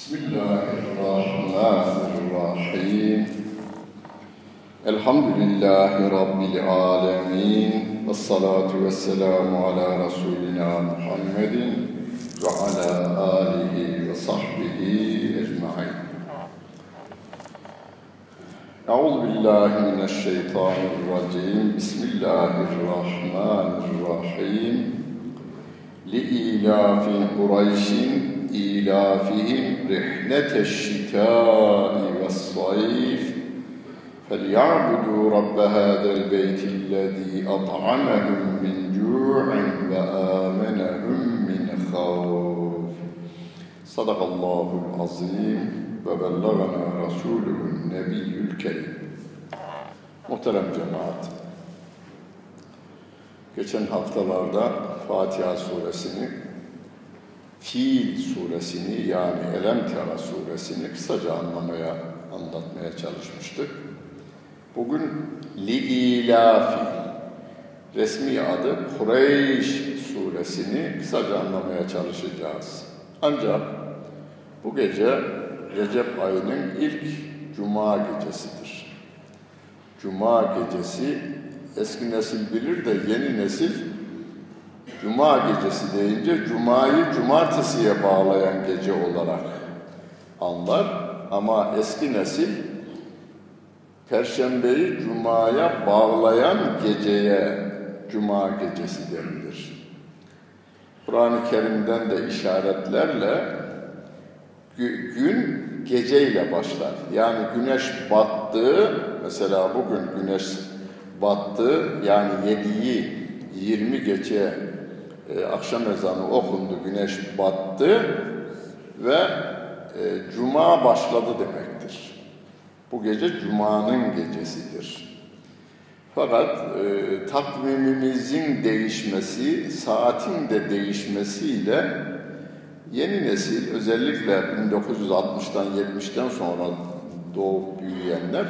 Bismillahirrahmanirrahim. Elhamdülillahi Rabbil alemin. Vessalatu vesselamu ala Resulina Muhammedin ve ala alihi ve sahbihi ecmaîn. Euzubillahimineşşeytanirracim. Bismillahirrahmanirrahim. لِإِيلَافِ قُرَيْشٍ إِيلَافِهِمْ رِحْلَةَ الشِّتَاءِ وَالصَّيْفِ فَلْيَعْبُدُوا رَبَّ هَذَا الْبَيْتِ الَّذِي أَطْعَمَهُم مِّن جُوعٍ وَآمَنَهُم مِّنْ خَوْفٍ. Sadakallahul azim ve bellagana rasuluhun nebiyyül kerim. Muhterem cemaat, geçen haftalarda Fatiha suresini, Fil suresini yani Elem Tera suresini kısaca anlatmaya çalışmıştık. Bugün Li'ilafi, resmi adı Kureyş suresini kısaca anlamaya çalışacağız. Ancak bu gece Recep ayının ilk Cuma gecesidir. Cuma gecesi eski nesil bilir de yeni nesil Cuma gecesi deyince Cuma'yı cumartesiye bağlayan gece olarak anlar. Ama eski nesil Perşembeyi Cuma'ya bağlayan geceye Cuma gecesi denilir. Kur'an-ı Kerim'den de işaretlerle gün geceyle başlar. Yani güneş battığı, mesela bugün güneş battı, yani 7'yi 20 geçe akşam ezanı okundu, güneş battı ve Cuma başladı demektir. Bu gece Cuma'nın gecesidir. Fakat takvimimizin değişmesi, saatin de değişmesiyle yeni nesil, özellikle 1960'tan 70'ten sonra doğup büyüyenler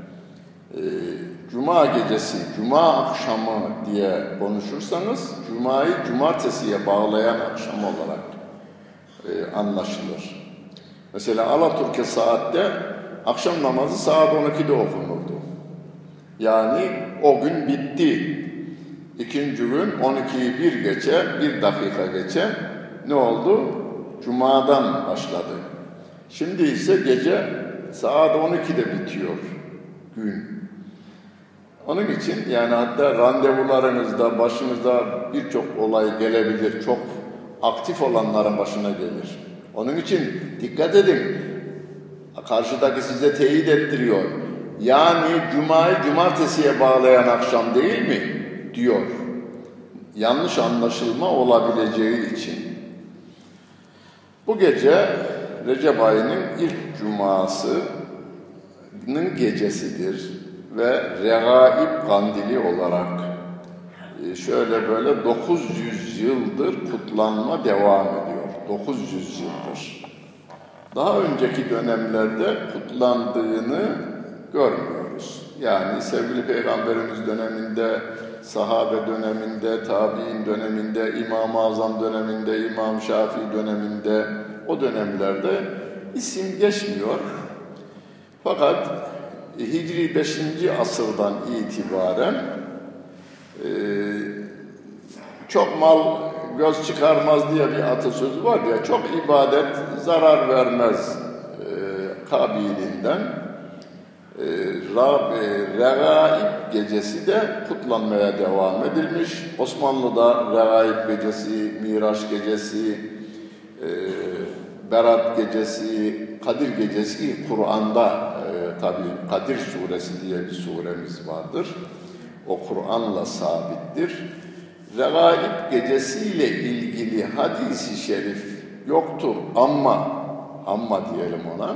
Cuma gecesi, Cuma akşamı diye konuşursanız Cuma'yı cumartesiye bağlayan akşam olarak anlaşılır. Mesela Alaturka saatte akşam namazı saat 12'de okunurdu. Yani o gün bitti. İkinci gün 12'yi 1 geçe, 1 dakika geçe ne oldu? Cuma'dan başladı. Şimdi ise gece saat 12'de bitiyor gün. Onun için yani hatta randevularınızda başınıza birçok olay gelebilir. Çok aktif olanların başına gelir. Onun için dikkat edin. Karşıdaki size teyit ettiriyor. Yani Cuma'yı cumartesiye bağlayan akşam değil mi? Diyor. Yanlış anlaşılma olabileceği için. Bu gece Recep ayının ilk cumasının gecesidir. Ve Regaib kandili olarak şöyle böyle 900 yıldır kutlanma devam ediyor. 900 yıldır. Daha önceki dönemlerde kutlandığını görmüyoruz. Yani sevgili Peygamberimiz döneminde, sahabe döneminde, tabi'in döneminde, İmam-ı Azam döneminde, İmam Şafii döneminde, o dönemlerde isim geçmiyor. Fakat Hicri 5. asırdan itibaren çok mal göz çıkarmaz diye bir atasözü var ya, çok ibadet zarar vermez kabiliğinden Regaib gecesi de kutlanmaya devam edilmiş. Osmanlı'da Regaib gecesi, Miraç gecesi, Berat gecesi, Kadir gecesi Kur'an'da tabi Kadir suresi diye bir suremiz vardır. O Kur'an'la sabittir. Regaib gecesiyle ilgili hadis-i şerif yoktur ama diyelim ona.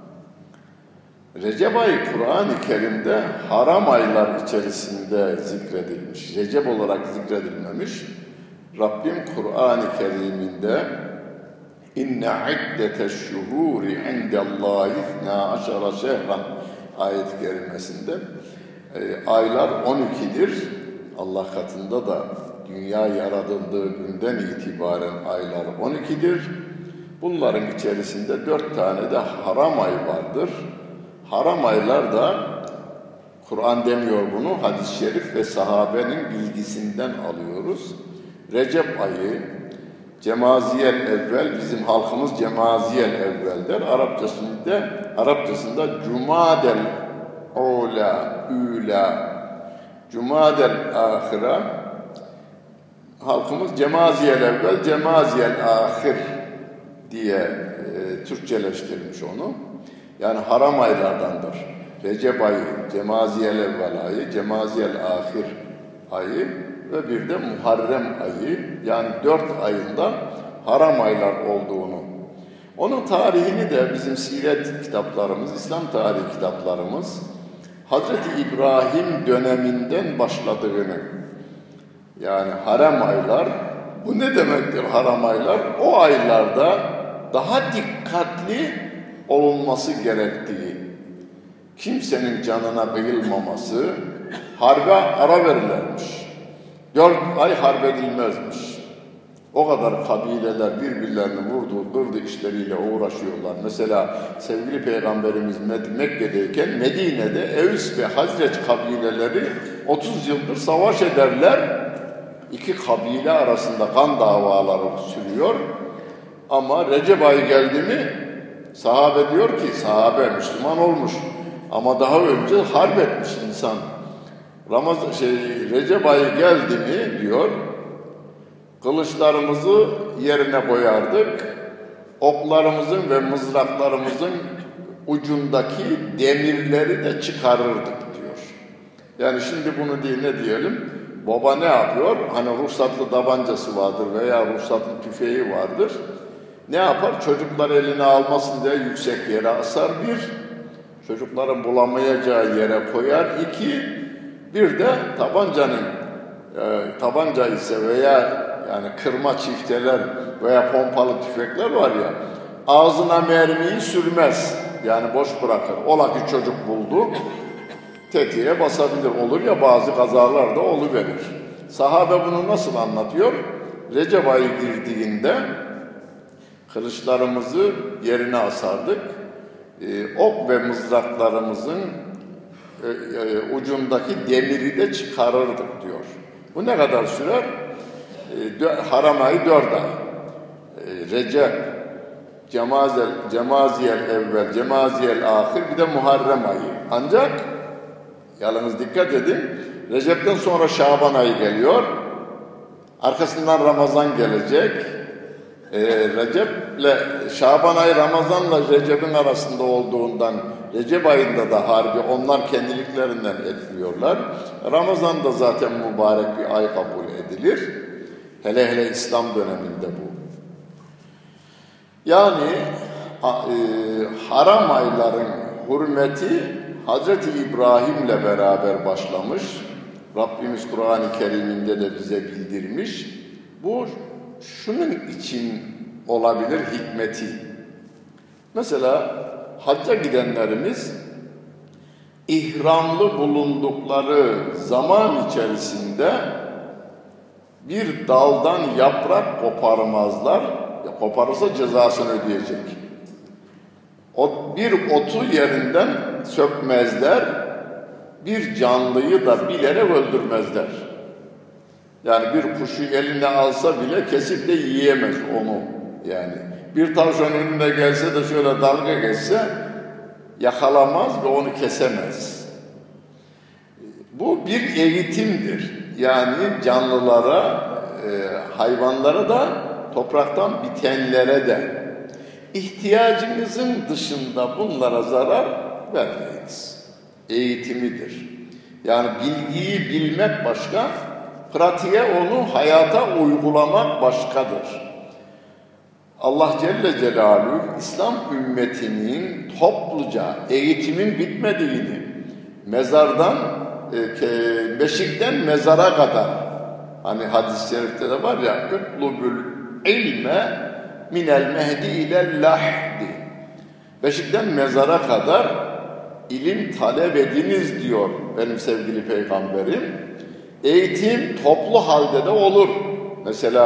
Recep ayı Kur'an-ı Kerim'de haram aylar içerisinde zikredilmiş. Recep olarak zikredilmemiş. Rabbim Kur'an-ı Kerim'inde İnne iddeteşşuhuri indellahi 12 şehran ayet-i kerimesinde aylar 12'dir. Allah katında da dünya yaratıldığı günden itibaren aylar 12'dir. Bunların içerisinde 4 tane de haram ay vardır. Haram aylar da, Kur'an demiyor bunu, hadis-i şerif ve sahabenin bilgisinden alıyoruz. Recep ayı, Cemaziyel evvel, bizim halkımız Cemaziyel evvel der. Arapçasında Cumadel Üla, Cumadel ahira, halkımız Cemaziyel evvel, Cemaziyel ahir diye Türkçeleştirmiş onu. Yani haram aylardandır. Recep ayı, Cemaziyel evvel ayı, Cemaziyel ahir ayı ve bir de Muharrem ayı, yani 4 ayında haram aylar olduğunu. Onun tarihini de bizim siret kitaplarımız, İslam tarihi kitaplarımız Hazreti İbrahim döneminden başladığını, yani haram aylar, bu ne demektir haram aylar? O aylarda daha dikkatli olunması gerektiği, kimsenin canına kıyılmaması, harbe ara verirlermiş. 4 ay harp edilmezmiş. O kadar kabileler birbirlerini vurdu, kırdı işleriyle uğraşıyorlar. Mesela sevgili Peygamberimiz Mekke'deyken Medine'de Evs ve Hazreç kabileleri 30 yıldır savaş ederler. 2 kabile arasında kan davaları sürüyor. Ama Recep ayı geldi mi sahabe diyor ki, sahabe Müslüman olmuş ama daha önce harp etmiş insan. Recep ayı geldi mi diyor, kılıçlarımızı yerine koyardık, oklarımızın ve mızraklarımızın ucundaki demirleri de çıkarırdık diyor. Yani şimdi bunu ne diyelim? Baba ne yapıyor? Hani ruhsatlı tabancası vardır veya ruhsatlı tüfeği vardır. Ne yapar? Çocuklar eline almasın diye yüksek yere asar. 1, çocukların bulamayacağı yere koyar. 2, bir de tabanca ise veya yani kırma çifteler veya pompalı tüfekler var ya, ağzına mermiyi sürmez. Yani boş bırakır. Ola ki çocuk buldu, tetiğe basabilir. Olur ya, bazı kazalar da oluverir. Sahabe bunu nasıl anlatıyor? Recep ayı girdiğinde kılıçlarımızı yerine asardık. Ok ve mızraklarımızın ucundaki demiri de çıkarırdık diyor. Bu ne kadar sürer? Haram ayı 4 ay. Recep, Cemaziyel evvel, Cemaziyel ahir, bir de Muharrem ayı. Ancak yalnız dikkat edin, Recep'ten sonra Şaban ayı geliyor. Arkasından Ramazan gelecek. Şaban ayı Ramazan'la Recep'in arasında olduğundan Recep ayında da harbi onlar kendiliklerinden etmiyorlar. Ramazan'da zaten mübarek bir ay kabul edilir. Hele İslam döneminde bu. Yani haram ayların hürmeti Hazreti İbrahim'le beraber başlamış. Rabbimiz Kur'an-ı Kerim'inde de bize bildirmiş. Bu şunun için olabilir hikmeti. Mesela hacca gidenlerimiz ihramlı bulundukları zaman içerisinde bir daldan yaprak koparmazlar. Koparırsa cezasını ödeyecek. Bir otu yerinden sökmezler. Bir canlıyı da bilerek öldürmezler. Yani bir kuşu eline alsa bile kesip de yiyemez onu. Yani bir tavşan önüne gelse de şöyle dalga geçse yakalamaz ve onu kesemez. Bu bir eğitimdir. Yani canlılara, hayvanlara da, topraktan bitenlere de ihtiyacımızın dışında bunlara zarar vermeyiz. Eğitimidir. Yani bilgiyi bilmek başka, pratiğe onu hayata uygulamak başkadır. Allah Celle Celaluhu İslam ümmetinin topluca eğitimin bitmediğini, mezardan, beşikten mezara kadar, hani hadis-i şerifte de var ya, ütlubül ilme minel mehdi ilel lahdi, beşikten mezara kadar ilim talep ediniz diyor benim sevgili peygamberim. Eğitim toplu halde de olur. Mesela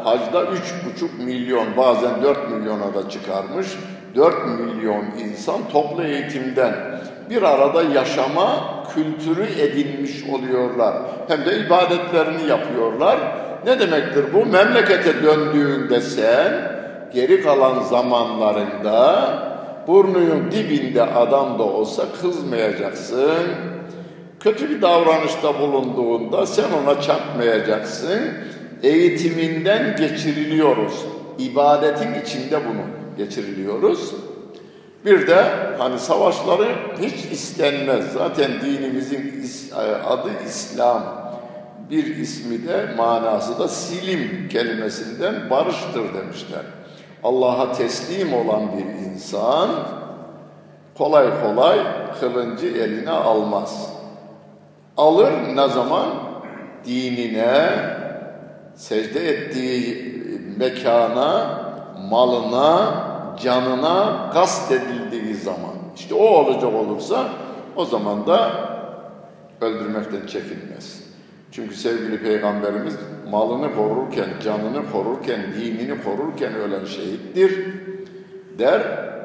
hacda 3,5 milyon, bazen 4 milyona da çıkarmış. 4 milyon insan toplu eğitimden bir arada yaşama kültürü edinmiş oluyorlar. Hem de ibadetlerini yapıyorlar. Ne demektir bu? Memlekete döndüğünde sen geri kalan zamanlarında burnunun dibinde adam da olsa kızmayacaksın. Kötü bir davranışta bulunduğunda sen ona çarpmayacaksın. Eğitiminden geçiriliyoruz. İbadetin içinde bunu geçiriliyoruz. Bir de hani savaşları hiç istenmez. Zaten dinimizin adı İslam. Bir ismi de manası da silim kelimesinden barıştır demişler. Allah'a teslim olan bir insan kolay kolay kılıncı eline almaz. Alır ne zaman? Dinine, secde ettiği mekana, malına, canına kast edildiği zaman. İşte o olacak olursa o zaman da öldürmekten çekinmez. Çünkü sevgili Peygamberimiz malını korurken, canını korurken, dinini korurken ölen şehittir der.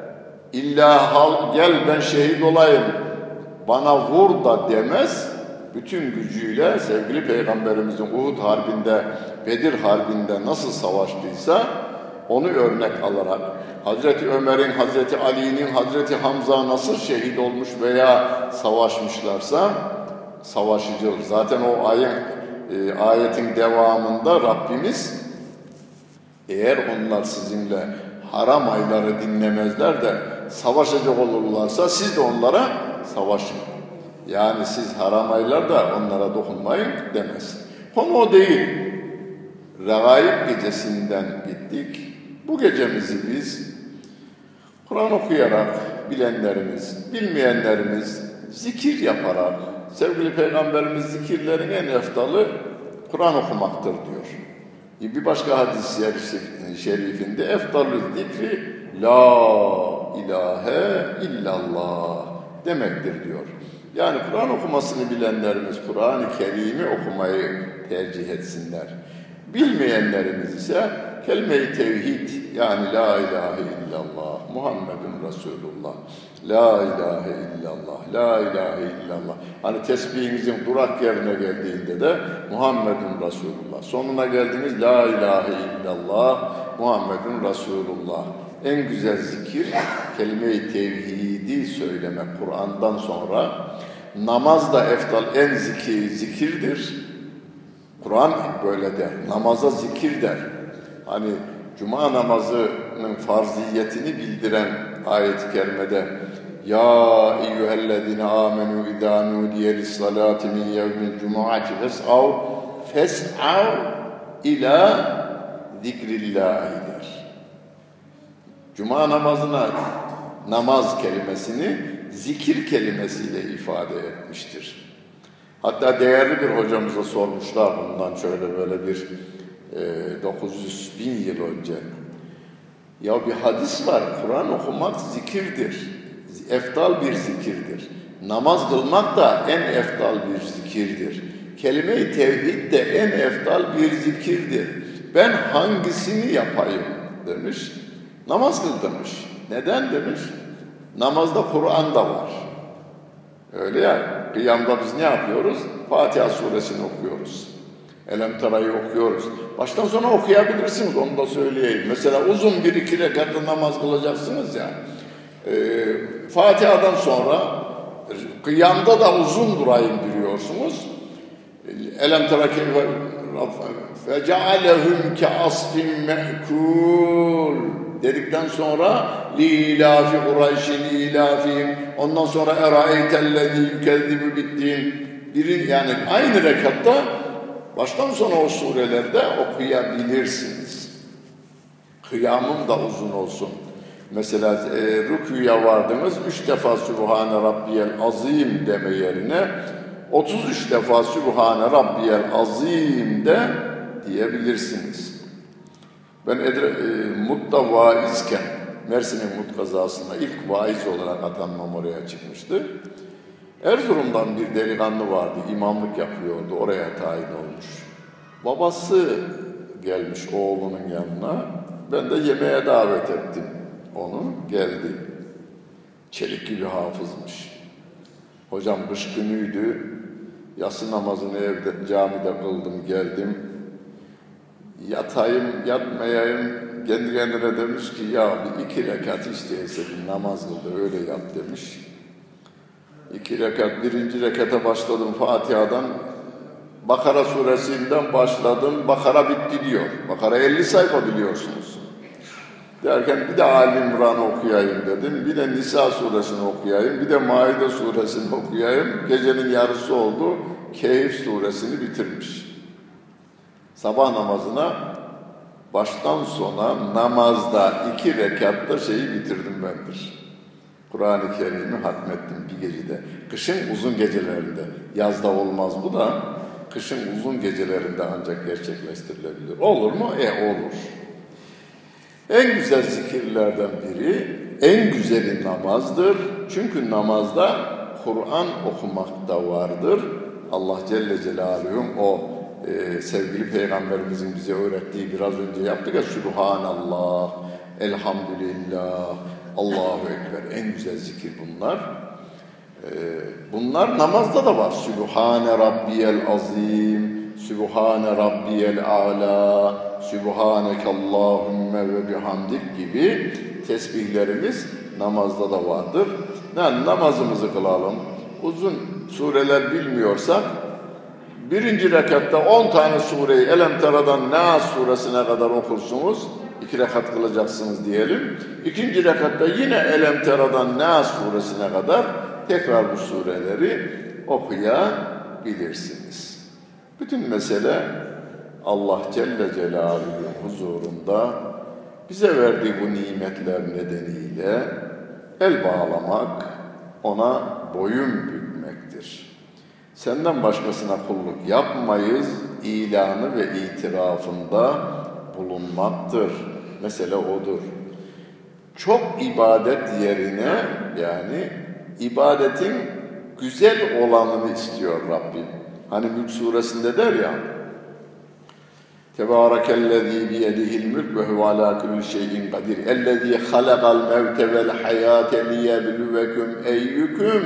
İlla gel ben şehit olayım, bana vur da demez. Bütün gücüyle sevgili Peygamberimizin Uhud Harbi'nde, Bedir Harbi'nde nasıl savaştıysa onu örnek alarak Hazreti Ömer'in, Hazreti Ali'nin, Hazreti Hamza nasıl şehit olmuş veya savaşmışlarsa savaşıcı. Zaten o ayetin devamında Rabbimiz eğer onlar sizinle haram ayları dinlemezler de savaşacak olurlarsa siz de onlara savaşın. Yani siz haram aylarda onlara dokunmayın demez. Konu o değil. Regaib gecesinden gittik. Bu gecemizi biz Kur'an okuyarak bilenlerimiz, bilmeyenlerimiz zikir yaparak, sevgili Peygamberimiz zikirlerin en eftalı Kur'an okumaktır diyor. Bir başka hadis-i şerifinde eftalü zikri la ilahe illallah demektir diyor. Yani Kur'an okumasını bilenlerimiz Kur'an-ı Kerim'i okumayı tercih etsinler. Bilmeyenlerimiz ise kelime-i tevhid yani la ilahe illallah Muhammedun Resulullah, la ilahe illallah, la ilahe illallah. Hani tesbihinizin durak yerine geldiğinde de Muhammedun Resulullah. Sonuna geldiniz la ilahe illallah Muhammedun Resulullah. En güzel zikir kelime-i tevhidi söylemek Kur'an'dan sonra. Namaz da eftal en zikirdir. Kur'an böyle der. Namaza zikir der. Hani cuma namazının farziyetini bildiren ayet-i kerimede ya eyyühellezine amenu idâ nudiye lissalâti min yevmil cumu'ati fes'av ila zikrillâhi der. Cuma namazına namaz kelimesini zikir kelimesiyle ifade etmiştir. Hatta değerli bir hocamıza sormuşlar bundan şöyle böyle bir 900 bin yıl önce. Ya bir hadis var, Kur'an okumak zikirdir. Eftal bir zikirdir. Namaz kılmak da en eftal bir zikirdir. Kelime-i tevhid de en eftal bir zikirdir. Ben hangisini yapayım demiş. Namaz kıl demiş. Neden demiş? Namazda Kur'an da var. Öyle ya, kıyamda biz ne yapıyoruz? Fatiha suresini okuyoruz. Elem Tera'yı okuyoruz. Baştan sona okuyabilirsiniz, onu da söyleyeyim. Mesela uzun bir iki rekatlı namaz kılacaksınız ya. Fatiha'dan sonra kıyamda da uzun durayım diyorsunuz. Elem Tera keyfe fecealehum keasfin me'kul dedikten sonra li ilafi Kureyşin ilafihim ondan sonra eraeytellezî yükezzibu biddin yani aynı rekatta baştan sona o surelerde okuyabilirsiniz. Kıyamım da uzun olsun. Mesela rükûya vardınız 3 defa Sübhane Rabbiyel Azim deme yerine 33 defa Sübhane Rabbiyel Azim de diyebilirsiniz. Ben Mut'ta vaizken, Mersin'in Mut kazasında ilk vaiz olarak atanmam oraya çıkmıştı. Erzurum'dan bir delikanlı vardı, imamlık yapıyordu, oraya tayin olmuş. Babası gelmiş oğlunun yanına. Ben de yemeğe davet ettim onu. Geldi. Çelik gibi hafızmış. Hocam kış günüydü. Yatsı namazını evde, camide kıldım, geldim. Yatayım, yatmayayım. Kendi kendine demiş ki ya bir 2 rekat isteyse bir namaz kıldı, öyle yap demiş. 2 rekat, 1. rekata başladım Fatiha'dan. Bakara suresinden başladım, Bakara bitti diyor. Bakara 50 sayfa biliyorsunuz. Derken bir de Ali İmran'ı okuyayım dedim. Bir de Nisa suresini okuyayım. Bir de Maide suresini okuyayım. Gecenin yarısı oldu. Kehf suresini bitirmiş. Sabah namazına baştan sona namazda 2 rekatta şeyi bitirdim bendir. Kur'an-ı Kerim'i hatmettim bir gecede. Kışın uzun gecelerinde. Yazda olmaz bu da. Kışın uzun gecelerinde ancak gerçekleştirilebilir. Olur mu? Olur. En güzel zikirlerden biri, en güzeli namazdır. Çünkü namazda Kur'an okumak da vardır. Allah Celle Celaluhu'nun o sevgili Peygamberimizin bize öğrettiği biraz önce yaptık ya, Subhanallah, Elhamdülillah, Allahu Ekber, en güzel zikir bunlar. Bunlar namazda da var. Sübhane Rabbiyel Azim, Sübhane Rabbiyel A'la, Sübhanekallahümme ve bihamdik gibi tesbihlerimiz namazda da vardır. Yani namazımızı kılalım. Uzun sureler bilmiyorsak 1. rekatta 10 tane sureyi Elem Tera'dan Nas suresine kadar okursunuz. 2 rekat kılacaksınız diyelim. 2. rekatta yine Elem Tera'dan Nas suresine kadar tekrar bu sureleri okuyabilirsiniz. Bütün mesele Allah Celle Celaluhu'nun huzurunda bize verdiği bu nimetler nedeniyle el bağlamak, ona boyun bükmektir. Senden başkasına kulluk yapmayız, ilanı ve itirafında bulunmaktır. Mesele odur. Çok ibadet yerine, yani ibadetin güzel olanını istiyor Rabbim. Hani Mülk suresinde der ya, Tebârekellezî biyedihil mülk ve huve alâ kulli şeyin kadir. Ellezî halakal mevte vel hayâte liyebluvekum eyyüküm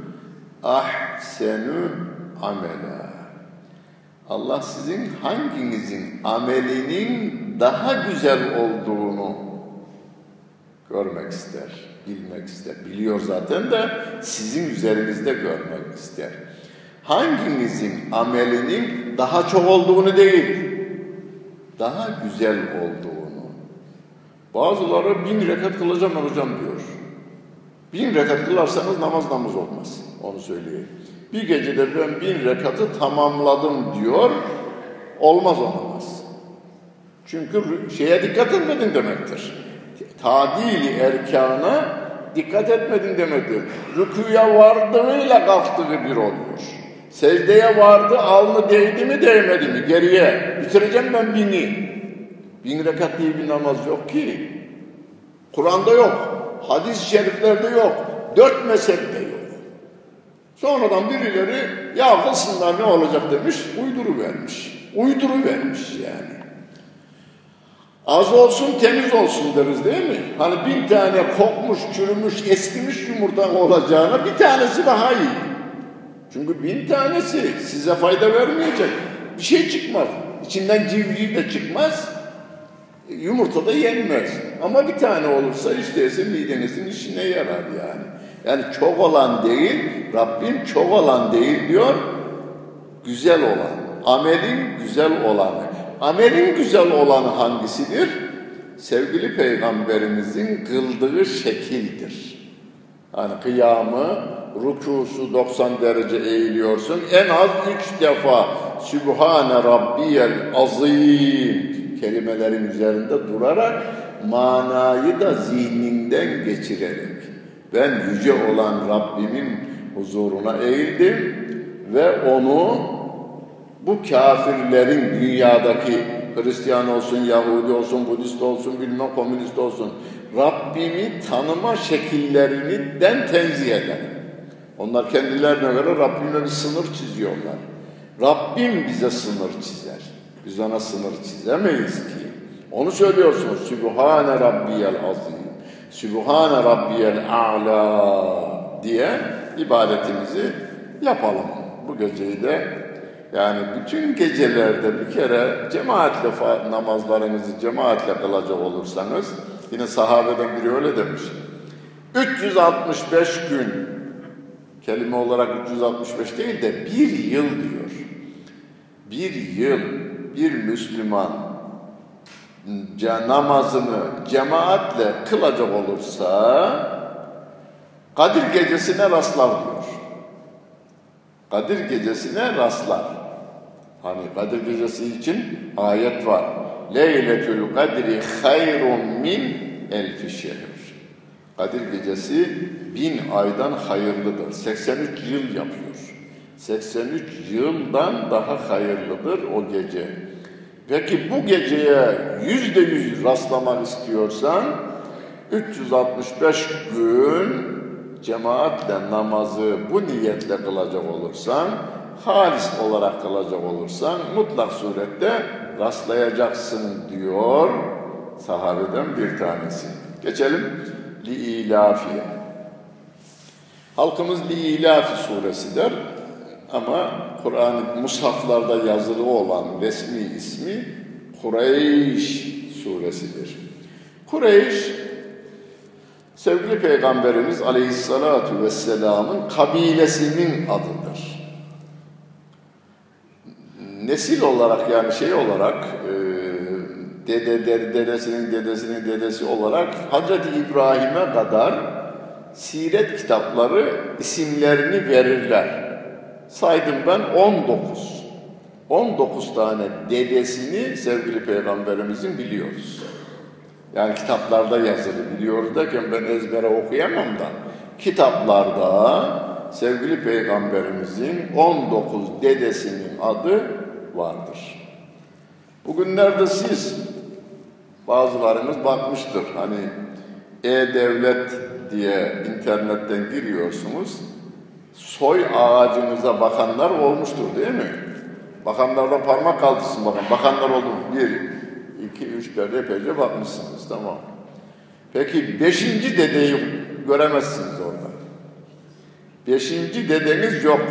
ahsenü amela. Allah sizin hanginizin amelinin daha güzel olduğunu görmek ister, bilmek ister. Biliyor zaten de sizin üzerinizde görmek ister. Hanginizin amelinin daha çok olduğunu değil, daha güzel olduğunu. Bazıları 1000 rekat kılacağım ben hocam diyor. 1000 rekat kılarsanız namaz olmaz. Onu söyleyeyim. Bir gecede ben 1000 rekatı tamamladım diyor. Olmaz o namaz. Çünkü şeye dikkat etmedin demektir. Tadili erkana dikkat etmedin demektir. Rükûya vardığıyla kalktığı bir oluyor. Secdeye vardı, alnı değdi mi değmedi mi geriye. Bitireceğim ben 1000'i. 1000 rekat diye bir namaz yok ki. Kur'an'da yok. Hadis-i şeriflerde yok. 4 mezhepte yok. Sonradan birileri ya kılsınlar ne olacak demiş, uyduruvermiş yani. Az olsun temiz olsun deriz değil mi? Hani 1000 tane kokmuş, çürümüş, eskimiş yumurta olacağına bir tanesi daha iyi. Çünkü 1000 tanesi size fayda vermeyecek. Bir şey çıkmaz. İçinden civciv de çıkmaz. Yumurta da yenmez. Ama bir tane olursa işte midenizin işine yarar yani. Yani çok olan değil, Rabbim çok olan değil diyor, güzel olan. Amelin güzel olanı. Amelin güzel olanı hangisidir? Sevgili Peygamberimizin kıldığı şekildir. Hani kıyamı, rükûsu 90 derece eğiliyorsun. En az 3 defa Sübhane Rabbiyel Azim kelimelerin üzerinde durarak manayı da zihninden geçirerek ben yüce olan Rabbimin huzuruna eğildim ve onu bu kafirlerin dünyadaki Hristiyan olsun, Yahudi olsun, Budist olsun, bilmem komünist olsun Rabbimi tanıma şekillerinden tenzih ederim. Onlar kendilerine göre Rabbime bir sınır çiziyorlar. Rabbim bize sınır çizer. Biz ona sınır çizemeyiz ki. Onu söylüyorsunuz. Sübhane Rabbiyel Azim. Sübhane Rabbiyel A'la diye ibadetimizi yapalım. Bu geceyi de yani bütün gecelerde bir kere cemaatle namazlarınızı cemaatle kılacak olursanız, yine sahabeden biri öyle demiş. 365 gün, kelime olarak 365 değil de bir yıl diyor. Bir yıl bir Müslüman namazını cemaatle kılacak olursa Kadir gecesine rastlar diyor. Kadir gecesine rastlar. Hani Kadir gecesi için ayet var. Leyletül kadri hayrun min elfi şehr. Kadir gecesi 1000 aydan hayırlıdır. 83 yıl yapıyor. 83 yıldan daha hayırlıdır o gece. Peki bu geceye %100 rastlamak istiyorsan 365 gün cemaatle namazı bu niyetle kılacak olursan, halis olarak kılacak olursan mutlak surette rastlayacaksın diyor sahabeden bir tanesi. Geçelim Li'ilafiye. Halkımız Li'ilafi suresi der ama Kur'an-ı Mushaflarda yazılı olan resmi ismi Kureyş suresidir. Kureyş, sevgili Peygamberimiz Aleyhissalatu vesselam'ın kabilesinin adıdır. Nesil olarak yani şey olarak dedesinin dedesinin dedesi olarak Hazreti İbrahim'e kadar siret kitapları isimlerini verirler. Saydım ben 19. 19 tane dedesini sevgili Peygamberimizin biliyoruz. Yani kitaplarda yazılı biliyoruz derken ben ezbere okuyamam da kitaplarda sevgili Peygamberimizin 19 dedesinin adı vardır. Bugünlerde siz bazılarınız bakmıştır. Hani E-Devlet diye internetten giriyorsunuz. Soy ağacınıza bakanlar olmuştur değil mi? Bakanlardan parmak kaldırsın bakın. Bakanlar oldu mu? 1, 2, 3, 4 epeyce bakmışsınız. Tamam. Peki 5. dedeyi göremezsiniz orada. 5. dedeniz yok.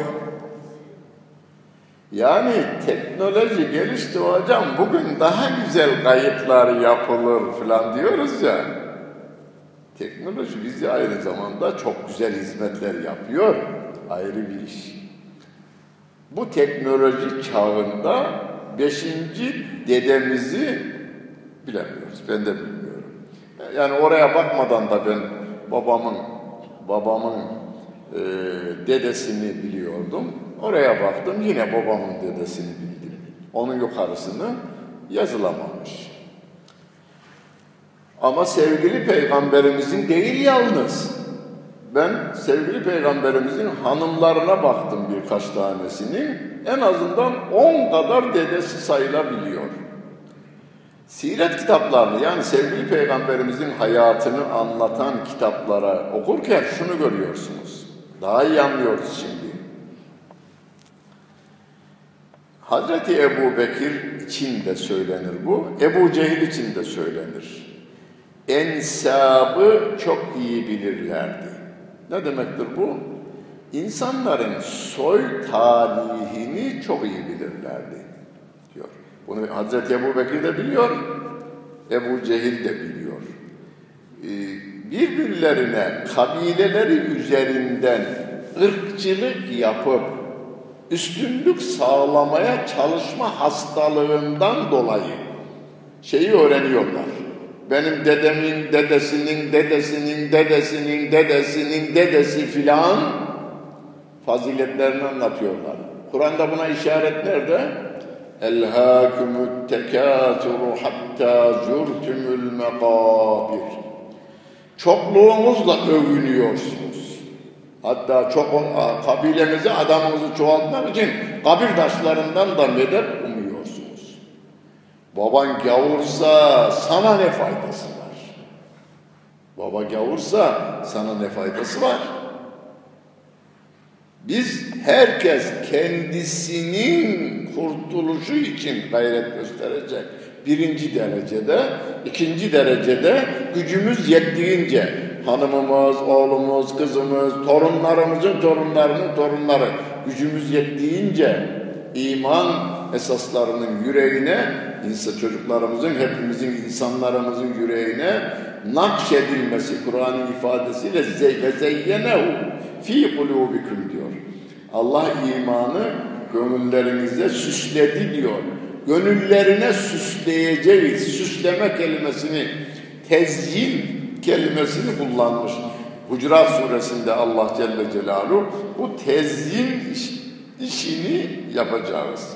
Yani teknoloji gelişti hocam. Bugün daha güzel kayıtlar yapılır falan diyoruz ya. Teknoloji bize aynı zamanda çok güzel hizmetler yapıyor. Ayrı bir iş. Bu teknoloji çağında 5. dedemizi bilemiyoruz. Ben de bilmiyorum. Yani oraya bakmadan da ben babamın dedesini biliyordum. Oraya baktım yine babamın dedesini bildim. Onun yukarısını yazılamamış. Ama sevgili Peygamberimizin değil yalnız. Ben sevgili Peygamberimizin hanımlarına baktım birkaç tanesinin. En azından 10 kadar dedesi sayılabiliyor. Siret kitaplarını yani sevgili Peygamberimizin hayatını anlatan kitaplara okurken şunu görüyorsunuz. Daha iyi anlıyoruz şimdi. Hazreti Ebu Bekir için de söylenir bu. Ebu Cehil için de söylenir. Ensabı çok iyi bilirlerdi. Ne demektir bu? İnsanların soy tarihini çok iyi bilirlerdi diyor. Bunu Hazreti Ebu Bekir de biliyor, Ebu Cehil de biliyor. Birbirlerine kabileleri üzerinden ırkçılık yapıp üstünlük sağlamaya çalışma hastalığından dolayı şeyi öğreniyorlar. Benim dedemin, dedesinin, dedesinin, dedesinin, dedesinin dedesi filan faziletlerini anlatıyorlar. Kur'an'da buna işaret nerede? Elhâkumut tekâturu hattâ zürtümül mekâbir. Çokluğunuzla övünüyorsunuz. Hatta kabilenizi, adamınızı çoğaltmak için kabir taşlarından da medet umuyorsunuz. Baban gavursa sana ne faydası var? Baba gavursa sana ne faydası var? Biz herkes kendisinin kurtuluşu için gayret gösterecek. Birinci derecede, ikinci derecede gücümüz yettiğince hanımımız, oğlumuz, kızımız, torunlarımızın torunlarının torunları gücümüz yettiğince iman esaslarının yüreğine, çocuklarımızın, hepimizin, insanlarımızın yüreğine nakşedilmesi, Kur'an'ın ifadesiyle zeyyenehu fi kulubiküm diyor. Allah imanı gönüllerinize süsledi diyor. Gönüllerine süsleyeceğiz. Süsleme kelimesini, tezyin kelimesini kullanmış. Hucurat suresinde Allah Celle Celaluhu bu tezyin işini yapacağız.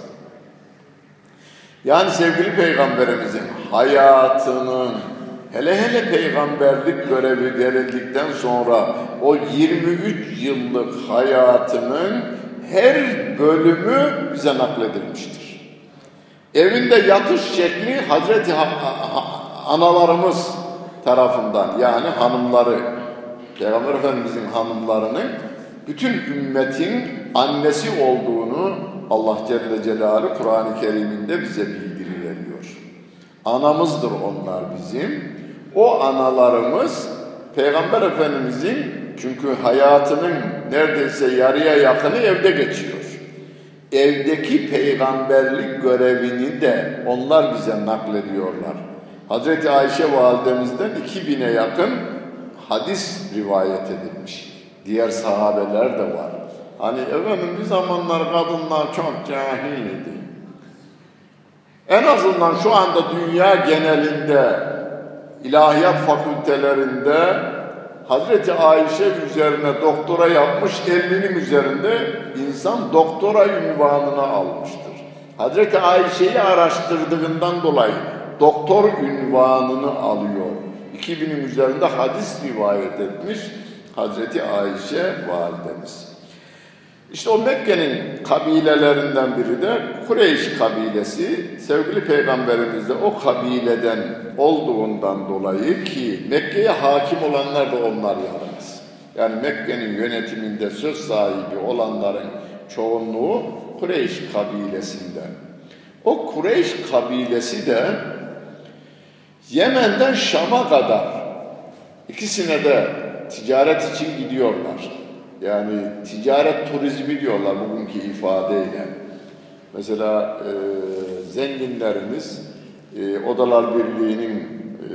Yani sevgili Peygamberimizin hayatının, hele peygamberlik görevi verildikten sonra o 23 yıllık hayatının her bölümü bize nakledilmiştir. Evinde yatış şekli Hazreti analarımız tarafından, yani hanımları, Peygamber Efendimizin hanımlarının bütün ümmetin annesi olduğunu Allah Celle Celaluhu Kur'an-ı Kerim'inde bize bildiriveriyor. Anamızdır onlar bizim. O analarımız Peygamber Efendimizin, çünkü hayatının neredeyse yarıya yakını evde geçiyor. Evdeki peygamberlik görevini de onlar bize naklediyorlar. Hazreti Ayşe validemizden 2000'e yakın hadis rivayet edilmiş. Diğer sahabeler de var. Hani efendim bir zamanlar kadınlar çok cahil idi. En azından şu anda dünya genelinde ilahiyat fakültelerinde Hazreti Ayşe üzerine doktora yapmış 50'nin üzerinde insan doktora unvanını almıştır. Hazreti Ayşe'yi araştırdığından dolayı doktor unvanını alıyor. 2000'in üzerinde hadis rivayet etmiş Hazreti Ayşe validemiz. İşte o Mekke'nin kabilelerinden biri de Kureyş kabilesi. Sevgili Peygamberimiz de o kabileden olduğundan dolayı, ki Mekke'ye hakim olanlar da onlar yalnız. Yani Mekke'nin yönetiminde söz sahibi olanların çoğunluğu Kureyş kabilesinden. O Kureyş kabilesi de Yemen'den Şam'a kadar ikisine de ticaret için gidiyorlar. Yani ticaret turizmi diyorlar bugünkü ifadeyle. Mesela zenginlerimiz Odalar Birliği'nin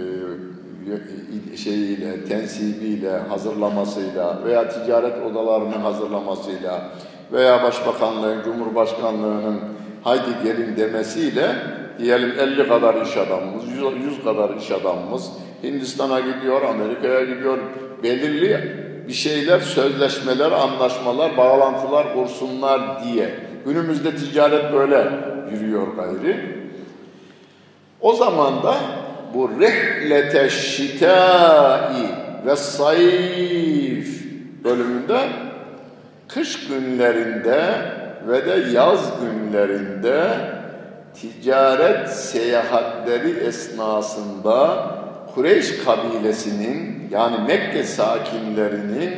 tensibiyle, hazırlamasıyla veya ticaret odalarının hazırlamasıyla veya Başbakanlığın, Cumhurbaşkanlığının haydi gelin demesiyle diyelim 50 kadar iş adamımız, 100 kadar iş adamımız Hindistan'a gidiyor, Amerika'ya gidiyor, belirli bir şeyler, sözleşmeler, anlaşmalar, bağlantılar kursunlar diye. Günümüzde ticaret böyle yürüyor gayri. O zaman da bu rihlete şitai ve sayf bölümünde kış günlerinde ve de yaz günlerinde ticaret seyahatleri esnasında Kureyş kabilesinin, yani Mekke sakinlerinin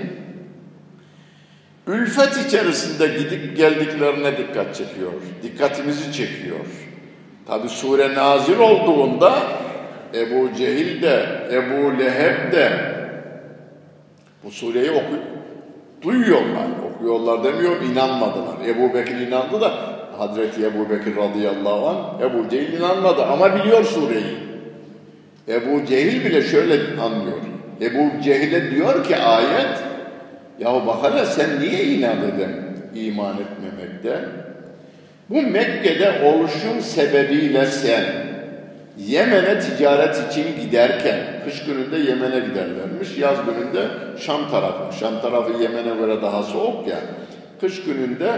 ülfet içerisinde gidip geldiklerine dikkat çekiyor. Dikkatimizi çekiyor. Tabi sure nazil olduğunda Ebu Cehil de, Ebu Leheb de bu sureyi duyuyorlar. Okuyorlar demiyorum, inanmadılar. Ebu Bekir inandı da Hazreti Ebu Bekir radıyallahu anh, Ebu Cehil inanmadı ama biliyor sureyi. Ebu Cehil bile şöyle anlıyor. Ebu Cehil'e diyor ki ayet, yahu bak hele sen niye inat eden iman etmemekte? Bu Mekke'de oluşum sebebiyle sen Yemen'e ticaret için giderken, kış gününde Yemen'e giderlermiş, yaz gününde Şam tarafı. Şam tarafı Yemen'e göre daha soğuk ya. Kış gününde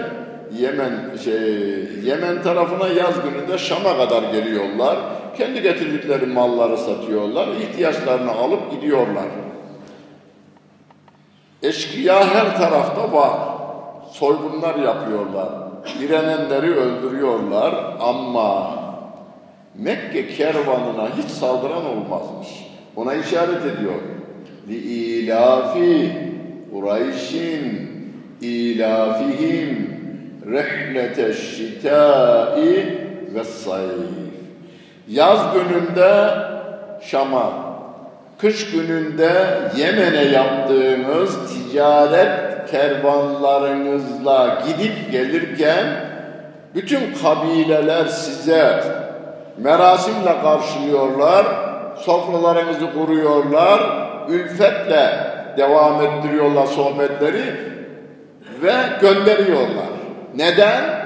Yemen tarafına, yaz gününde Şam'a kadar geliyorlar. Kendi getirdikleri malları satıyorlar, ihtiyaçlarını alıp gidiyorlar. Eşkıya her tarafta var. Soygunlar yapıyorlar. Direnenleri öldürüyorlar ama Mekke kervanına hiç saldıran olmazmış. Ona işaret ediyor. لِإِلَافِ قُرَيْشٍ إِلَافِهِمْ rihleteşşitâi ve sayf. Yaz gününde Şam'a, kış gününde Yemen'e yaptığınız ticaret kervanlarınızla gidip gelirken bütün kabileler size merasimle karşılıyorlar, sofralarınızı kuruyorlar, ülfetle devam ettiriyorlar sohbetleri ve gönderiyorlar. Neden?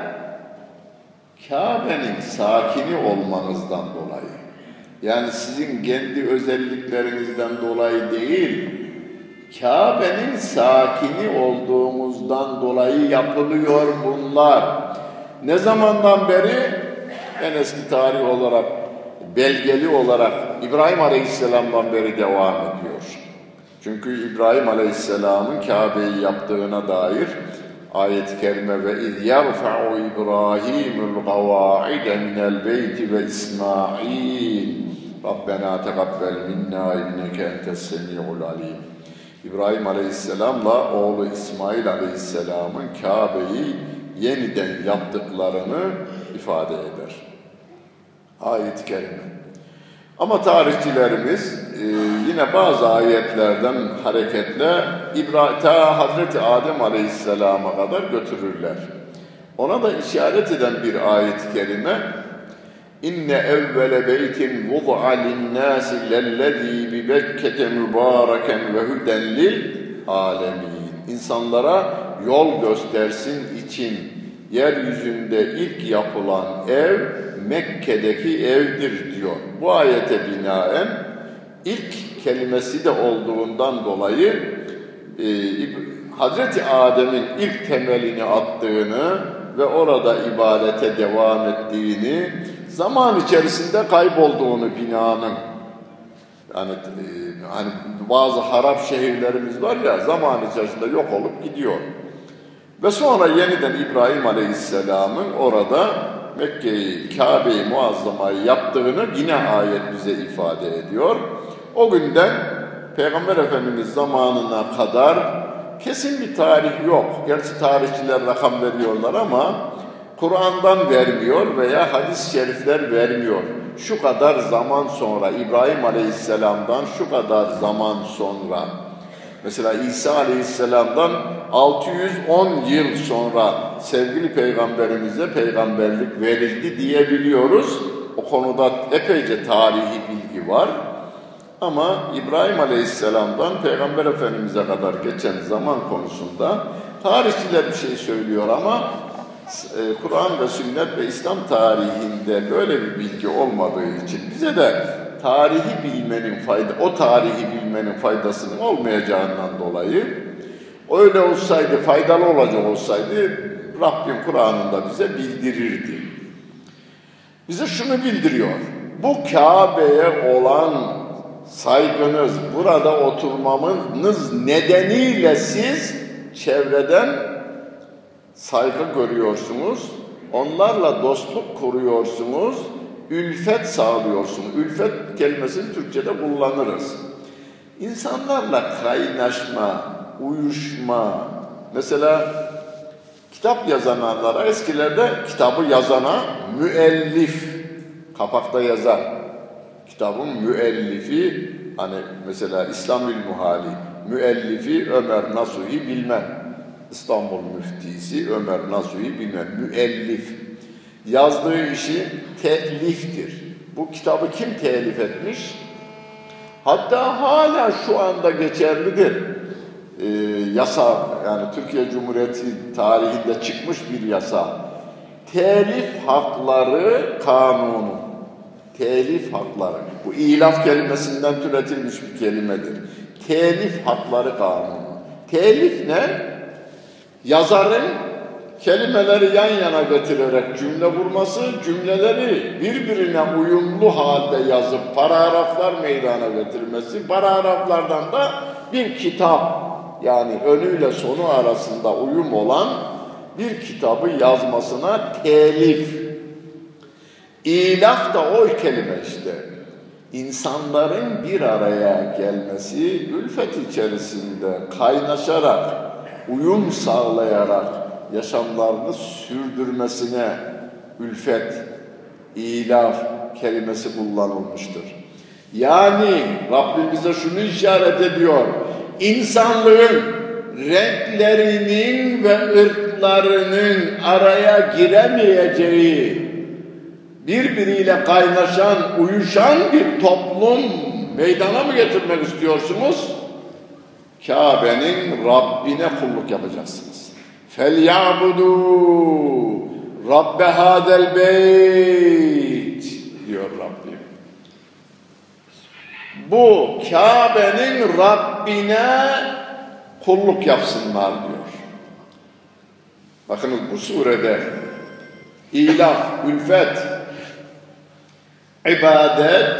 Kabe'nin sakini olmanızdan dolayı. Yani sizin kendi özelliklerinizden dolayı değil, Kabe'nin sakini olduğumuzdan dolayı yapılıyor bunlar. Ne zamandan beri? En eski tarih olarak, belgeli olarak İbrahim Aleyhisselam'dan beri devam ediyor. Çünkü İbrahim Aleyhisselam'ın Kabe'yi yaptığına dair ayet-i kerime ve iz yerfa'u İbrahimul kavaide minel beyti ve İsmail Rabbena tegabbel minna inneke entes-semi'ul alim. İbrahim Aleyhisselam'la oğlu İsmail Aleyhisselam'ın Kabe'yi yeniden yaptıklarını ifade eder. Ayet-i kerime. Ama tarihçilerimiz yine bazı ayetlerden hareketle ta Hazreti Adem Aleyhisselam'a kadar götürürler. Ona da işaret eden bir ayet-i kerime İnne evvele beytin vud'a linnâsi lellezî bi Bekkete mübâreken ve huden lil âlemîn. İnsanlara yol göstersin için yeryüzünde ilk yapılan ev Mekke'deki evdir diyor. Bu ayete binaen ilk kelimesi de olduğundan dolayı Hazreti Adem'in ilk temelini attığını ve orada ibadete devam ettiğini, zaman içerisinde kaybolduğunu binanın, yani hani bazı harap şehirlerimiz var ya, zaman içerisinde yok olup gidiyor. Ve sonra yeniden İbrahim Aleyhisselam'ın orada Mekke'yi, Kabe-i Muazzama'yı yaptığını yine ayet bize ifade ediyor. O günden Peygamber Efendimiz zamanına kadar kesin bir tarih yok. Gerçi tarihçiler rakam veriyorlar ama Kur'an'dan vermiyor veya hadis-i şerifler vermiyor. Şu kadar zaman sonra, İbrahim Aleyhisselam'dan şu kadar zaman sonra, mesela İsa Aleyhisselam'dan 610 yıl sonra sevgili Peygamberimize peygamberlik verildi diyebiliyoruz. O konuda epeyce tarihi bilgi var. Ama İbrahim Aleyhisselam'dan Peygamber Efendimiz'e kadar geçen zaman konusunda tarihçiler bir şey söylüyor ama Kur'an ve sünnet ve İslam tarihinde böyle bir bilgi olmadığı için bize de o tarihi bilmenin faydasının olmayacağından dolayı öyle olsaydı, faydalı olacak olsaydı Rabbim Kur'an'ında bize bildirirdi. Bize şunu bildiriyor. Bu Kabe'ye olan saygınız, burada oturmamız nedeniyle siz çevreden saygı görüyorsunuz, onlarla dostluk kuruyorsunuz, ülfet sağlıyorsunuz. Ülfet kelimesini Türkçe'de kullanırız. İnsanlarla kaynaşma, uyuşma, mesela kitap yazanlara, eskilerde kitabı yazana müellif, kapakta yazar. Kitabın müellifi, hani mesela İslamül Muhali, müellifi Ömer Nasuhi Bilmem. İstanbul müftisi Ömer Nasuhi Bilmem, müellif. Yazdığı işi teliftir. Bu kitabı kim telif etmiş? Hatta hala şu anda geçerlidir. Yasa, yani Türkiye Cumhuriyeti tarihinde çıkmış bir yasa. Telif hakları kanunu. Telif hakları. Bu ilaf kelimesinden türetilmiş bir kelimedir. Telif hakları kanunu. Telif ne? Yazarın kelimeleri yan yana getirerek cümle kurması, cümleleri birbirine uyumlu halde yazıp paragraflar meydana getirmesi, paragraflardan da bir kitap, yani önüyle sonu arasında uyum olan bir kitabı yazmasına telif. İlaf da o kelime işte. İnsanların bir araya gelmesi, ülfet içerisinde kaynaşarak, uyum sağlayarak yaşamlarını sürdürmesine ülfet, ilaf kelimesi kullanılmıştır. Yani Rabbim bize şunu işaret ediyor. İnsanlığın renklerinin ve ırklarının araya giremeyeceği, birbiriyle kaynaşan, uyuşan bir toplum meydana mı getirmek istiyorsunuz? Kabe'nin Rabbine kulluk yapacaksınız. فَلْيَعْبُدُوا رَبَّ هَذَا الْبَيْتِ diyor Rabbim. Bu Kabe'nin Rabbine kulluk yapsınlar diyor. Bakınız bu surede ilaf, ülfet, ibadet,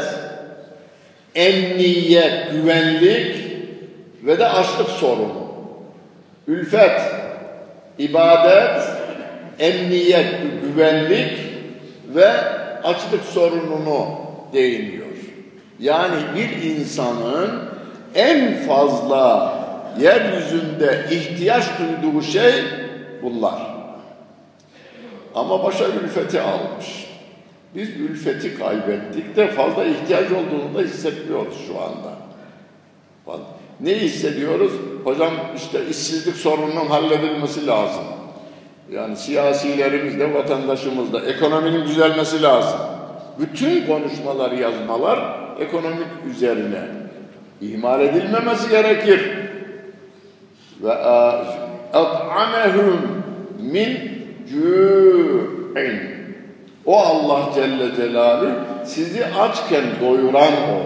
emniyet, güvenlik ve de açlık sorunu. Ülfet, ibadet, emniyet, güvenlik ve açlık sorununu değiniyor. Yani bir insanın en fazla yeryüzünde ihtiyaç duyduğu şey bunlar. Ama başa ülfeti almış. Biz ülfeti kaybettik de fazla ihtiyaç olduğunu da hissetmiyoruz şu anda. Ne hissediyoruz? Hocam işte işsizlik sorununun halledilmesi lazım. Yani siyasilerimizde, vatandaşımızda ekonominin düzelmesi lazım. Bütün konuşmalar, yazmalar ekonomik üzerine. İhmal edilmemesi gerekir. Ve at'amehum min cu'in. O Allah Celle Celaluhu sizi açken doyuran o.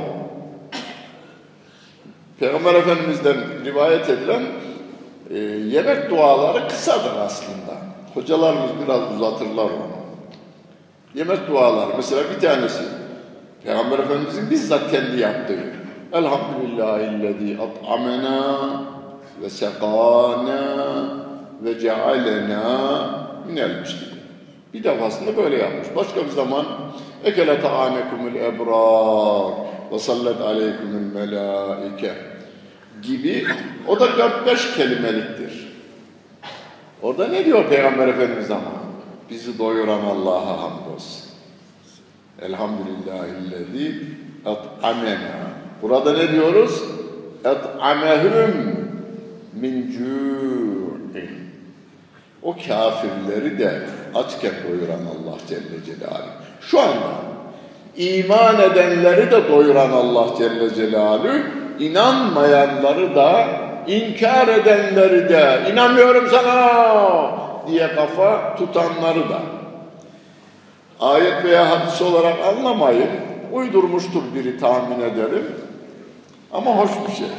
Peygamber Efendimiz'den rivayet edilen yemek duaları kısadır aslında. Hocalarımız biraz uzatırlar onu. Yemek duaları mesela bir tanesi Peygamber Efendimiz'in bizzat kendi yaptığı. Elhamdülillahillezî at'amena ve sekâna ve cealena minel müslimin. Bir defasında böyle yapmış. Başka bir zaman ekele ta'amekumul ebrar ve sallat aleykumul melâike gibi. O da 4-5 kelimeliktir. Orada ne diyor Peygamber Efendimiz ama? Bizi doyuran Allah'a hamdolsun. Elhamdülillahillezî at'amena. Burada ne diyoruz? At'amehum min cu'in. O kafirleri de açken doyuran Allah Celle Celaluhu. Şu anda iman edenleri de doyuran Allah Celle Celaluhu, inanmayanları da, inkar edenleri de, inanmıyorum sana diye kafa tutanları da. Ayet veya hadis olarak anlamayın, uydurmuştur biri tahmin ederim. Ama hoş bir şey.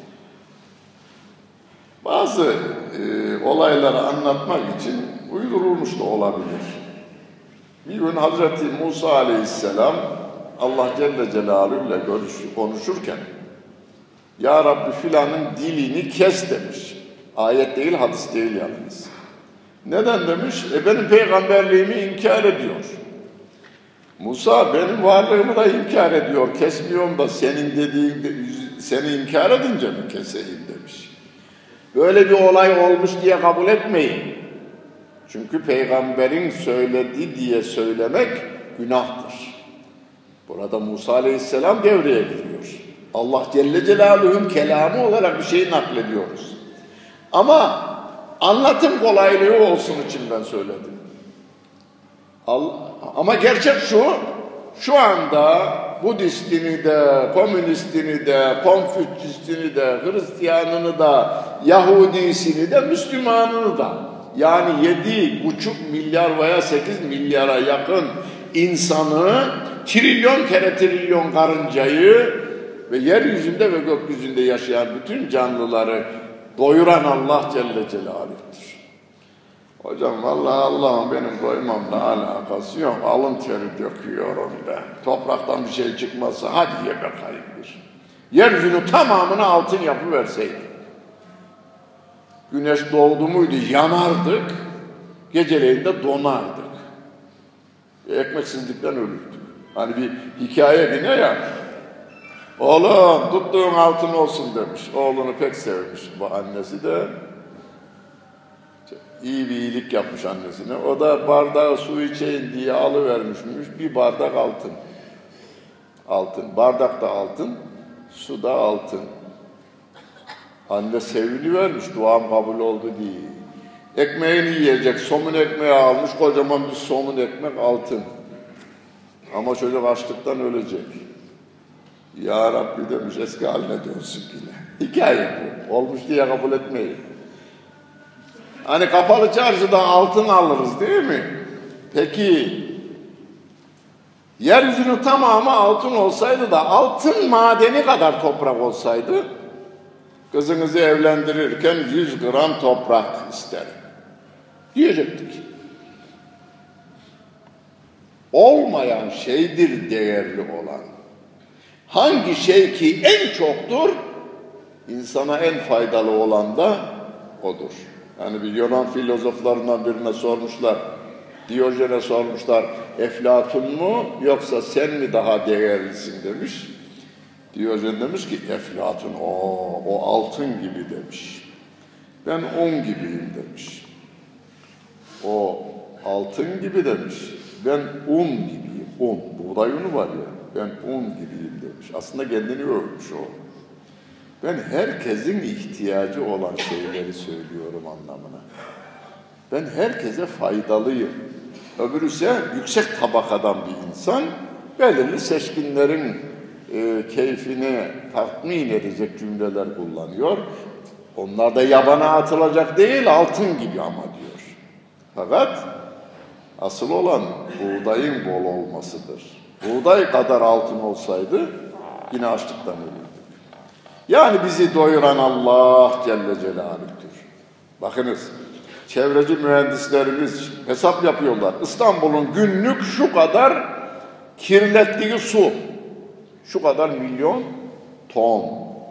Bazı olayları anlatmak için uydurulmuş da olabilir. Bir gün Hazreti Musa Aleyhisselam Allah Celle Celaluhu ile konuşurken Ya Rabbi filanın dilini kes demiş. Ayet değil, hadis değil yalnız. Neden demiş? Benim peygamberliğimi inkar ediyor. Musa benim varlığımı da inkar ediyor. Kesmiyorum da senin dediğin seni inkar edince mi keseyim demiş. Böyle bir olay olmuş diye kabul etmeyin. Çünkü peygamberin söyledi diye söylemek günahtır. Burada Musa Aleyhisselam devreye giriyor. Allah Celle Celaluhu'nun kelamı olarak bir şey naklediyoruz. Ama anlatım kolaylığı olsun için ben söyledim. Ama gerçek şu anda Budistini de, Komünistini de, Konfüçyüsünü de, Hristiyanını da, Yahudisini de, Müslümanını da, yani 7,5 milyar veya 8 milyara yakın insanı, trilyon kere trilyon karıncayı ve yeryüzünde ve gökyüzünde yaşayan bütün canlıları doyuran Allah Celle Celaluhu'dur. Hocam vallahi Allah'ım benim doymamla alakası yok. Alın teri döküyorum ben. Topraktan bir şey çıkmazsa hadi ye bakayım bir. Yeryüzünün tamamını altın yapıverseydi. Güneş doğdu muydu yanardık. Geceleyin de donardık. Ekmeksizlikten ölürdük. Hani bir hikaye yine ya. Oğlum tuttuğun altın olsun demiş. Oğlunu pek sevmiş bu annesi de. iyi bir iyilik yapmış annesine. O da bardağı su içeyim diye alıvermişmiş. Bir bardak altın. Altın. Bardak da altın, su da altın. Anne sevinivermiş, duam kabul oldu diye. Ekmeğini yiyecek, somun ekmeği almış, kocaman bir somun ekmek altın. Ama çocuk açlıktan ölecek. Ya Rabbi demiş, eski haline dönsün yine. Hikaye bu. Olmuş diye kabul etmeyin. Hani kapalı çarşıda altın alırız değil mi? Peki, yeryüzünün tamamı altın olsaydı da altın madeni kadar toprak olsaydı, kızınızı evlendirirken 100 gram toprak isterim diyecektik. Olmayan şeydir değerli olan. Hangi şey ki en çoktur, insana en faydalı olan da odur. Yani bir Yunan filozoflarından birine sormuşlar, Diyojen'e sormuşlar, Eflatun mu yoksa sen mi daha değerlisin demiş. Diyojen demiş ki Eflatun o altın gibi demiş. Ben un gibiyim demiş. O altın gibi demiş. Ben un gibiyim. Un. Buğday unu var ya. Ben un gibiyim demiş. Aslında kendini övmüş o. Ben herkesin ihtiyacı olan şeyleri söylüyorum anlamına. Ben herkese faydalıyım. Öbürü ise yüksek tabakadan bir insan, belirli seçkinlerin keyfini tatmin edecek cümleler kullanıyor. Onlar da yabana atılacak değil, altın gibi ama diyor. Fakat asıl olan buğdayın bol olmasıdır. Buğday kadar altın olsaydı yine açlıktan ölürdük. Yani bizi doyuran Allah Celle Celaluh'tür. Bakınız, çevreci mühendislerimiz hesap yapıyorlar. İstanbul'un günlük şu kadar kirlettiği su, şu kadar milyon ton.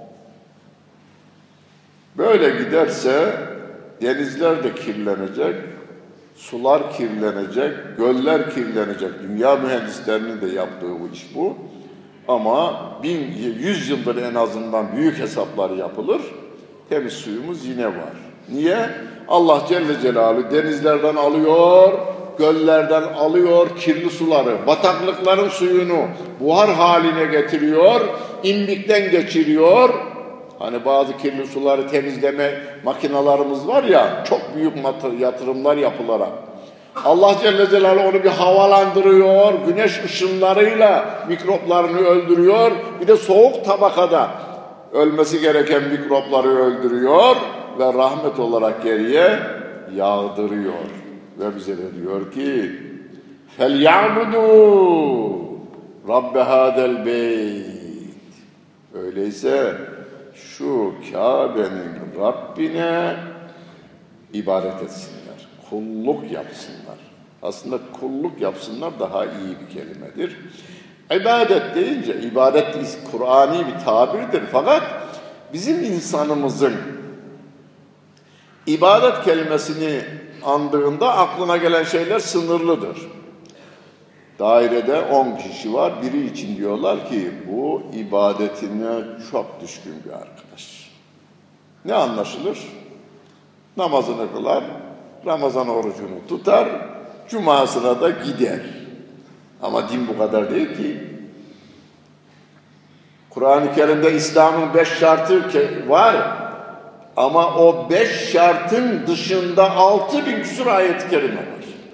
Böyle giderse denizler de kirlenecek, sular kirlenecek, göller kirlenecek. Dünya mühendislerinin de yaptığı bu iş bu. Ama 100 yıldır en azından büyük hesaplar yapılır. Temiz suyumuz yine var. Niye? Allah Celle Celaluhu denizlerden alıyor, göllerden alıyor kirli suları, bataklıkların suyunu buhar haline getiriyor, imbikten geçiriyor. Hani bazı kirli suları temizleme makinalarımız var ya, çok büyük yatırımlar yapılarak. Allah Celle Celaluhu onu bir havalandırıyor, güneş ışınlarıyla mikroplarını öldürüyor. Bir de soğuk tabakada ölmesi gereken mikropları öldürüyor ve rahmet olarak geriye yağdırıyor. Ve bize de diyor ki فَلْيَعْبُدُوا رَبَّ هَذَا الْبَيْتِ. Öyleyse şu Kabe'nin Rabbine ibadet etsinler, kulluk yapsınlar. Aslında kulluk yapsınlar daha iyi bir kelimedir. İbadet deyince, ibadet Kur'ani bir tabirdir. Fakat bizim insanımızın ibadet kelimesini andığında aklına gelen şeyler sınırlıdır. Dairede 10 kişi var, biri için diyorlar ki bu ibadetine çok düşkün bir arkadaş. Ne anlaşılır? Namazını kılar, Ramazan orucunu tutar, cumasına da gider. Ama din bu kadar değil ki. Kur'an-ı Kerim'de İslam'ın 5 şartı var. Ama o 5 şartın dışında 6000 küsur ayet-i kerime var.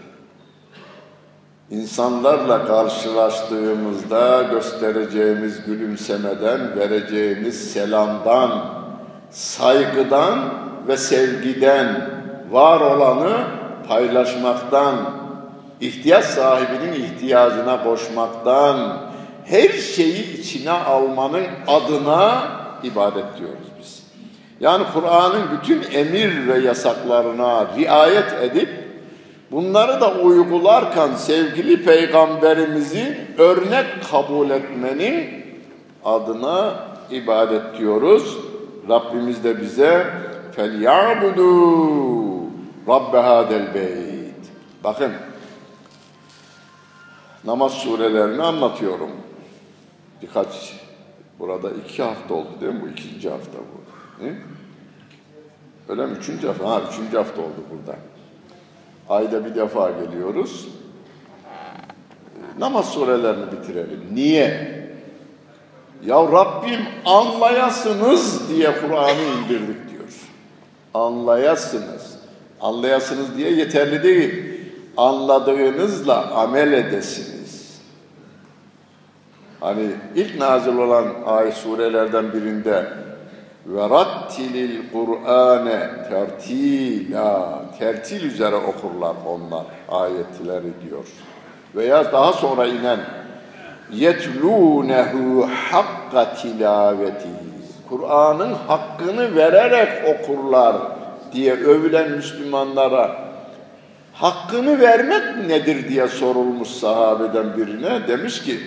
İnsanlarla karşılaştığımızda göstereceğimiz gülümsemeden, vereceğimiz selamdan, saygıdan ve sevgiden, var olanı paylaşmaktan, ihtiyaç sahibinin ihtiyacına koşmaktan, her şeyi içine almanın adına ibadet diyoruz biz. Yani Kur'an'ın bütün emir ve yasaklarına riayet edip bunları da uygularken sevgili Peygamberimizi örnek kabul etmenin adına ibadet diyoruz. Rabbimiz de bize فَلْيَعْبُدُوا رَبَّ هَذَا الْبَيْتِ. Bakın, namaz surelerini anlatıyorum. Burada 2 hafta oldu değil mi? Bu 2. hafta bu. Öyle mi? 3. hafta? 3. hafta oldu burada. Ayda bir defa geliyoruz. Namaz surelerini bitirelim. Niye? Ya Rabbim anlayasınız diye Kur'an'ı indirdik diyor. Anlayasınız. Anlayasınız diye yeterli değil. Anladığınızla amel edesiniz. Hani ilk nazil olan ayet surelerden birinde ve rattilil Kur'ane tertila, tertil üzere okurlar onlar ayetleri diyor. Veya daha sonra inen yetlûnehu hakka tilavetihi, Kur'an'ın hakkını vererek okurlar diye övülen Müslümanlara hakkını vermek nedir diye sorulmuş sahabeden birine. Demiş ki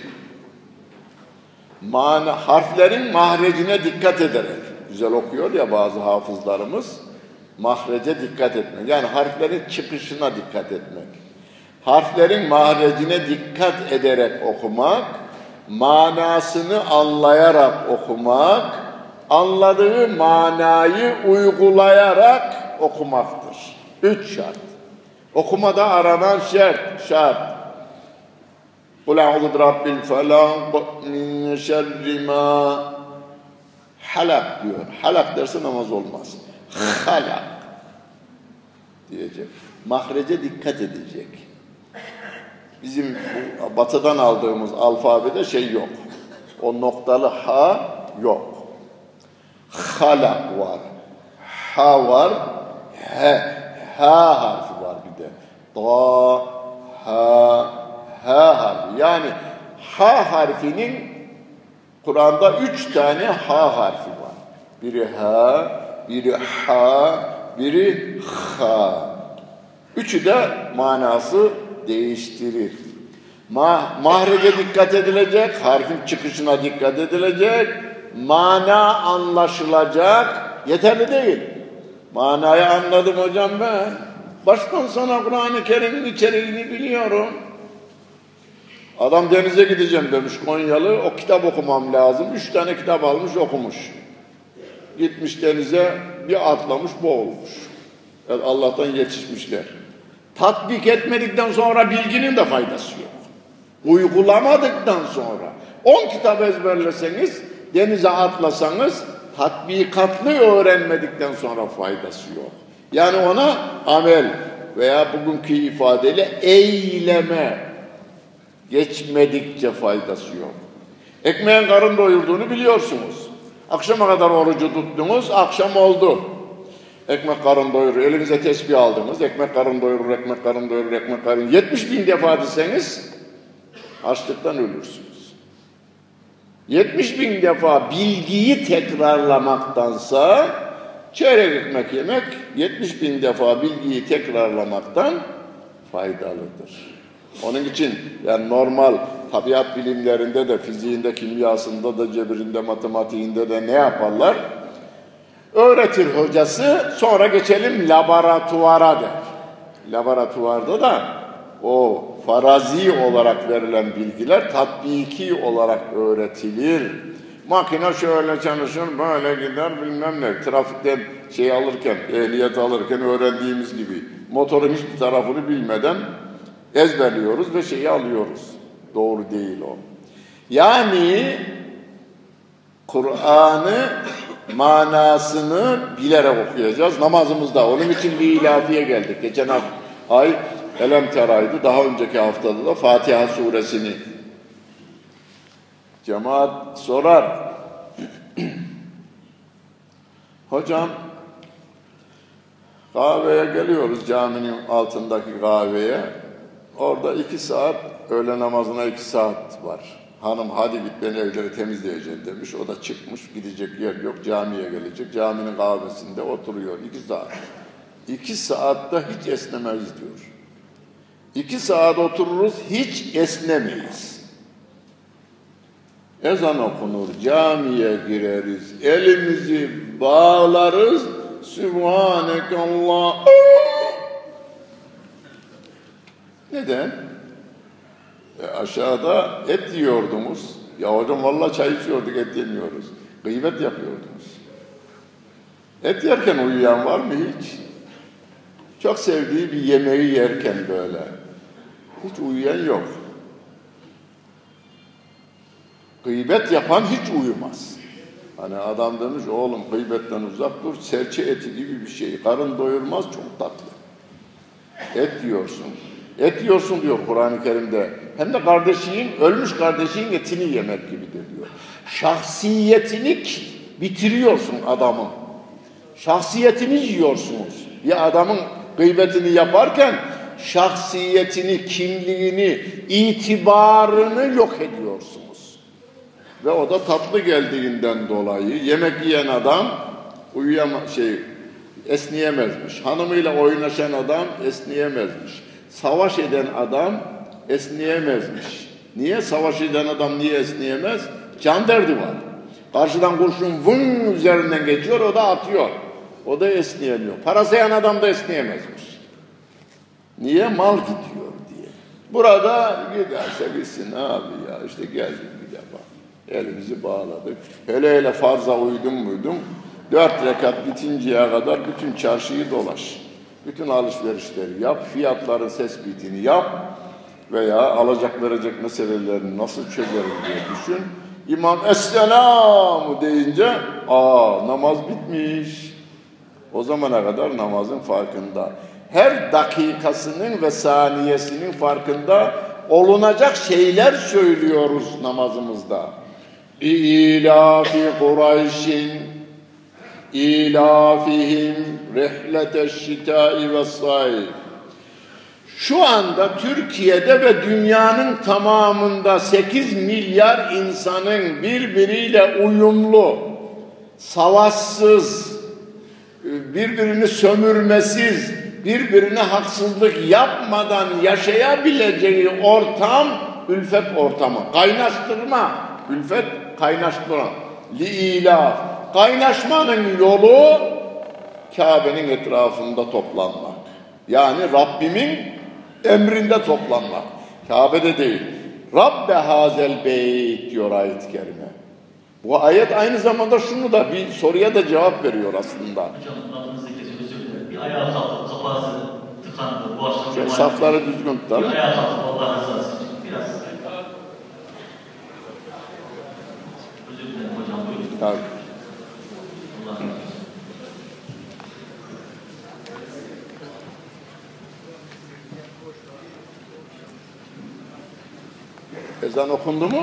harflerin mahrecine dikkat ederek, güzel okuyor ya bazı hafızlarımız, mahrece dikkat etmek, yani harflerin çıkışına dikkat etmek, harflerin mahrecine dikkat ederek okumak, manasını anlayarak okumak, anladığı manayı uygulayarak okumaktır. 3 şart. Okumada aranan şart. Kul a'udhu birabbil felak min şerri ma halak diyor. Halak derse namaz olmaz. Halak diyecek. Mahrece dikkat edecek. Bizim batıdan aldığımız alfabede şey yok. O noktalı ha yok. Halak var. Ha var. Ha harfi var bir de. Da, ha harfi. Yani ha harfinin Kur'an'da 3 tane ha harfi var. Biri ha, biri ha, biri ha. Üçü de manası değiştirir. Mahrece dikkat edilecek, harfin çıkışına dikkat edilecek, mana anlaşılacak, yeterli değil. Manayı anladım hocam ben. Baştan sona Kur'an-ı Kerim'in içeriğini biliyorum. Adam denize gideceğim demiş Konyalı, o kitap okumam lazım. 3 tane kitap almış okumuş. Gitmiş denize, bir atlamış boğulmuş. Yani Allah'tan yetişmişler. Tatbik etmedikten sonra bilginin de faydası yok. Uygulamadıktan sonra 10 kitap ezberleseniz, denize atlasanız, tatbikatlı öğrenmedikten sonra faydası yok. Yani ona amel veya bugünkü ifadeyle eyleme geçmedikçe faydası yok. Ekmeğin karın doyurduğunu biliyorsunuz. Akşama kadar orucu tuttunuz, akşam oldu. Ekmek karın doyurur. Elinize tesbih aldınız. Ekmek karın doyurur, ekmek karın doyurur, ekmek karın. 70.000 defa deseniz açlıktan ölürsünüz. 70.000 defa bilgiyi tekrarlamaktansa çeyrek ekmek yemek 70.000 defa bilgiyi tekrarlamaktan faydalıdır. Onun için yani normal tabiat bilimlerinde de, fiziğinde, kimyasında da, cebrinde, matematiğinde de ne yaparlar? Öğretir hocası, sonra geçelim laboratuvara der. Laboratuvarda da o farazi olarak verilen bilgiler tatbiki olarak öğretilir. Makine şöyle çalışır, böyle gider bilmem ne. Trafikten alırken, ehliyet alırken öğrendiğimiz gibi motorun hiçbir tarafını bilmeden ezberliyoruz ve şeyi alıyoruz. Doğru değil o. Yani Kur'an'ı manasını bilerek okuyacağız namazımızda. Onun için bir ilafiye geldik. Geçen ay Elem Tera'ydı. Daha önceki haftada da Fatiha suresini. Cemaat sorar. Hocam kahveye geliyoruz, caminin altındaki kahveye. Orada 2 saat, öğle namazına 2 saat var. Hanım hadi git ben evleri temizleyeceğim demiş. O da çıkmış, gidecek yer yok, camiye gelecek. Caminin kahvesinde oturuyor 2 saat. 2 saatte hiç esnemeyiz diyor. 2 saat otururuz, hiç esnemeyiz. Ezan okunur, camiye gireriz, elimizi bağlarız, Sübhanekallah. Neden? Aşağıda et yiyordunuz. Ya hocam vallahi çay içiyorduk, et yemiyoruz. Gıybet yapıyordunuz. Et yerken uyuyan var mı hiç? Çok sevdiği bir yemeği yerken böyle. Hiç uyuyan yok. Gıybet yapan hiç uyumaz. Hani adam demiş, oğlum gıybetten uzak dur, serçe eti gibi bir şey. Karın doyurmaz, çok tatlı. Et yiyorsun. Et yiyorsun diyor Kur'an-ı Kerim'de. Hem de ölmüş kardeşinin etini yemek gibidir diyor. Şahsiyetini bitiriyorsun adamın. Şahsiyetini yiyorsunuz. Bir adamın gıybetini yaparken şahsiyetini, kimliğini, itibarını yok ediyorsunuz. Ve o da tatlı geldiğinden dolayı yemek yiyen adam esneyemezmiş. Hanımıyla oynaşan adam esneyemezmiş. Savaş eden adam esneyemezmiş. Niye? Savaş eden adam niye esneyemez? Can derdi var. Karşıdan kurşun vın üzerinden geçiyor, o da atıyor. O da esneyemiyor. Para sayan adam da esneyemezmiş. Niye? Mal gidiyor diye. Burada giderse gitsin abi ya, işte geldik bir defa. Elimizi bağladık. Hele farza uydum muydum? 4 rekat bitinceye kadar bütün çarşıyı dolaş. Bütün alışverişleri yap, fiyatların tespitini yap veya alacak verecek meselelerini nasıl çözerim diye düşün. İmam Esselamu deyince namaz bitmiş. O zamana kadar namazın farkında. Her dakikasının ve saniyesinin farkında olunacak şeyler söylüyoruz namazımızda. İlafi Kureyşin İlafihim rihleteşşitâi ve's-sayf. Şu anda Türkiye'de ve dünyanın tamamında 8 milyar insanın birbiriyle uyumlu, savaşsız, birbirini sömürmesiz, birbirine haksızlık yapmadan yaşayabileceği ortam, ülfet ortamı. Kaynaştırma, ülfet kaynaştırma. Li'ilâf. Kaynaşmanın yolu Kabe'nin etrafında toplanmak. Yani Rabbimin emrinde toplanmak. Kabe'de değil. Rabbe hazel beyt diyor ayet-i kerime. Bu ayet aynı zamanda şunu da bir soruya da cevap veriyor aslında. Hocam adınızı kesiyor, özür dilerim. Bir ayağa kalktı, kafası tıkandı. Bu akşam şöyle safları düzgün tutalım. Bir ayağa kalktı, Allah razı olsun. Biraz. Özür dilerim hocam, buyurun. Tabii. Allah razı olsun. Ezan okundu mu?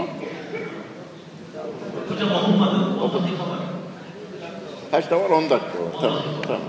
Hocam okunmadı. 10 dakika var. Kaçta var? 10 dakika var. Tamam, tamam.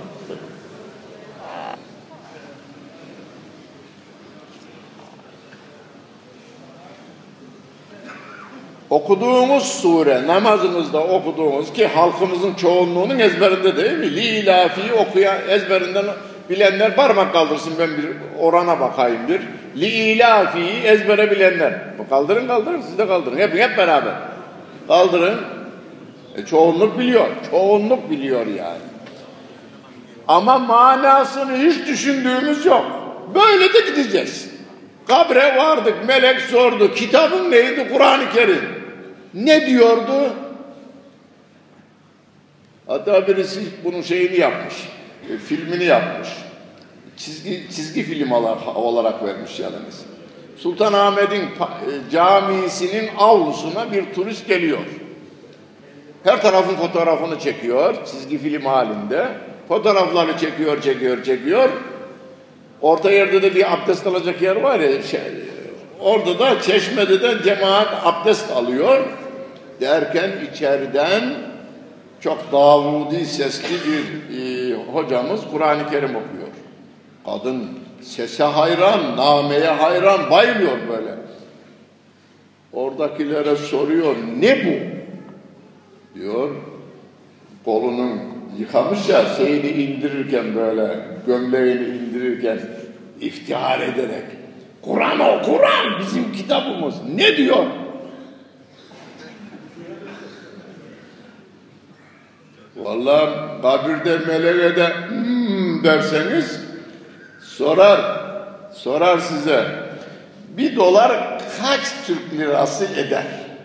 Okuduğumuz sure, namazımızda okuduğumuz ki halkımızın çoğunluğunun ezberinde değil mi? Li-ilafi'yi okuyan, ezberinden bilenler parmak kaldırsın, ben bir orana bakayım bir. Li-ilafi'yi ezbere bilenler. Kaldırın, siz de kaldırın. Hep beraber. Kaldırın. Çoğunluk biliyor yani. Ama manasını hiç düşündüğümüz yok. Böyle de gideceğiz. Kabre vardık, melek sordu. Kitabın neydi? Kur'an-ı Kerim. Ne diyordu? Hatta birisi bunun şeyini yapmış. Filmini yapmış. Çizgi film olarak vermiş yalnız. Sultanahmet'in camisinin avlusuna bir turist geliyor. Her tarafın fotoğrafını çekiyor, çizgi film halinde. Fotoğrafları çekiyor. Orta yerde de bir abdest alacak yer var ya, orada da çeşmede de cemaat abdest alıyor. Derken içeriden çok Davudi sesli bir hocamız Kur'an-ı Kerim okuyor. Kadın sese hayran, nameye hayran, bayılıyor böyle. Oradakilere soruyor, ne bu? Diyor, kolunun yıkamış ya, şeyini indirirken böyle, gömleğini indirirken iftihar ederek, Kur'an o, Kur'an bizim kitabımız, ne diyor? Vallahi kabirde meleğe de derseniz sorar size, $1 kaç Türk lirası eder?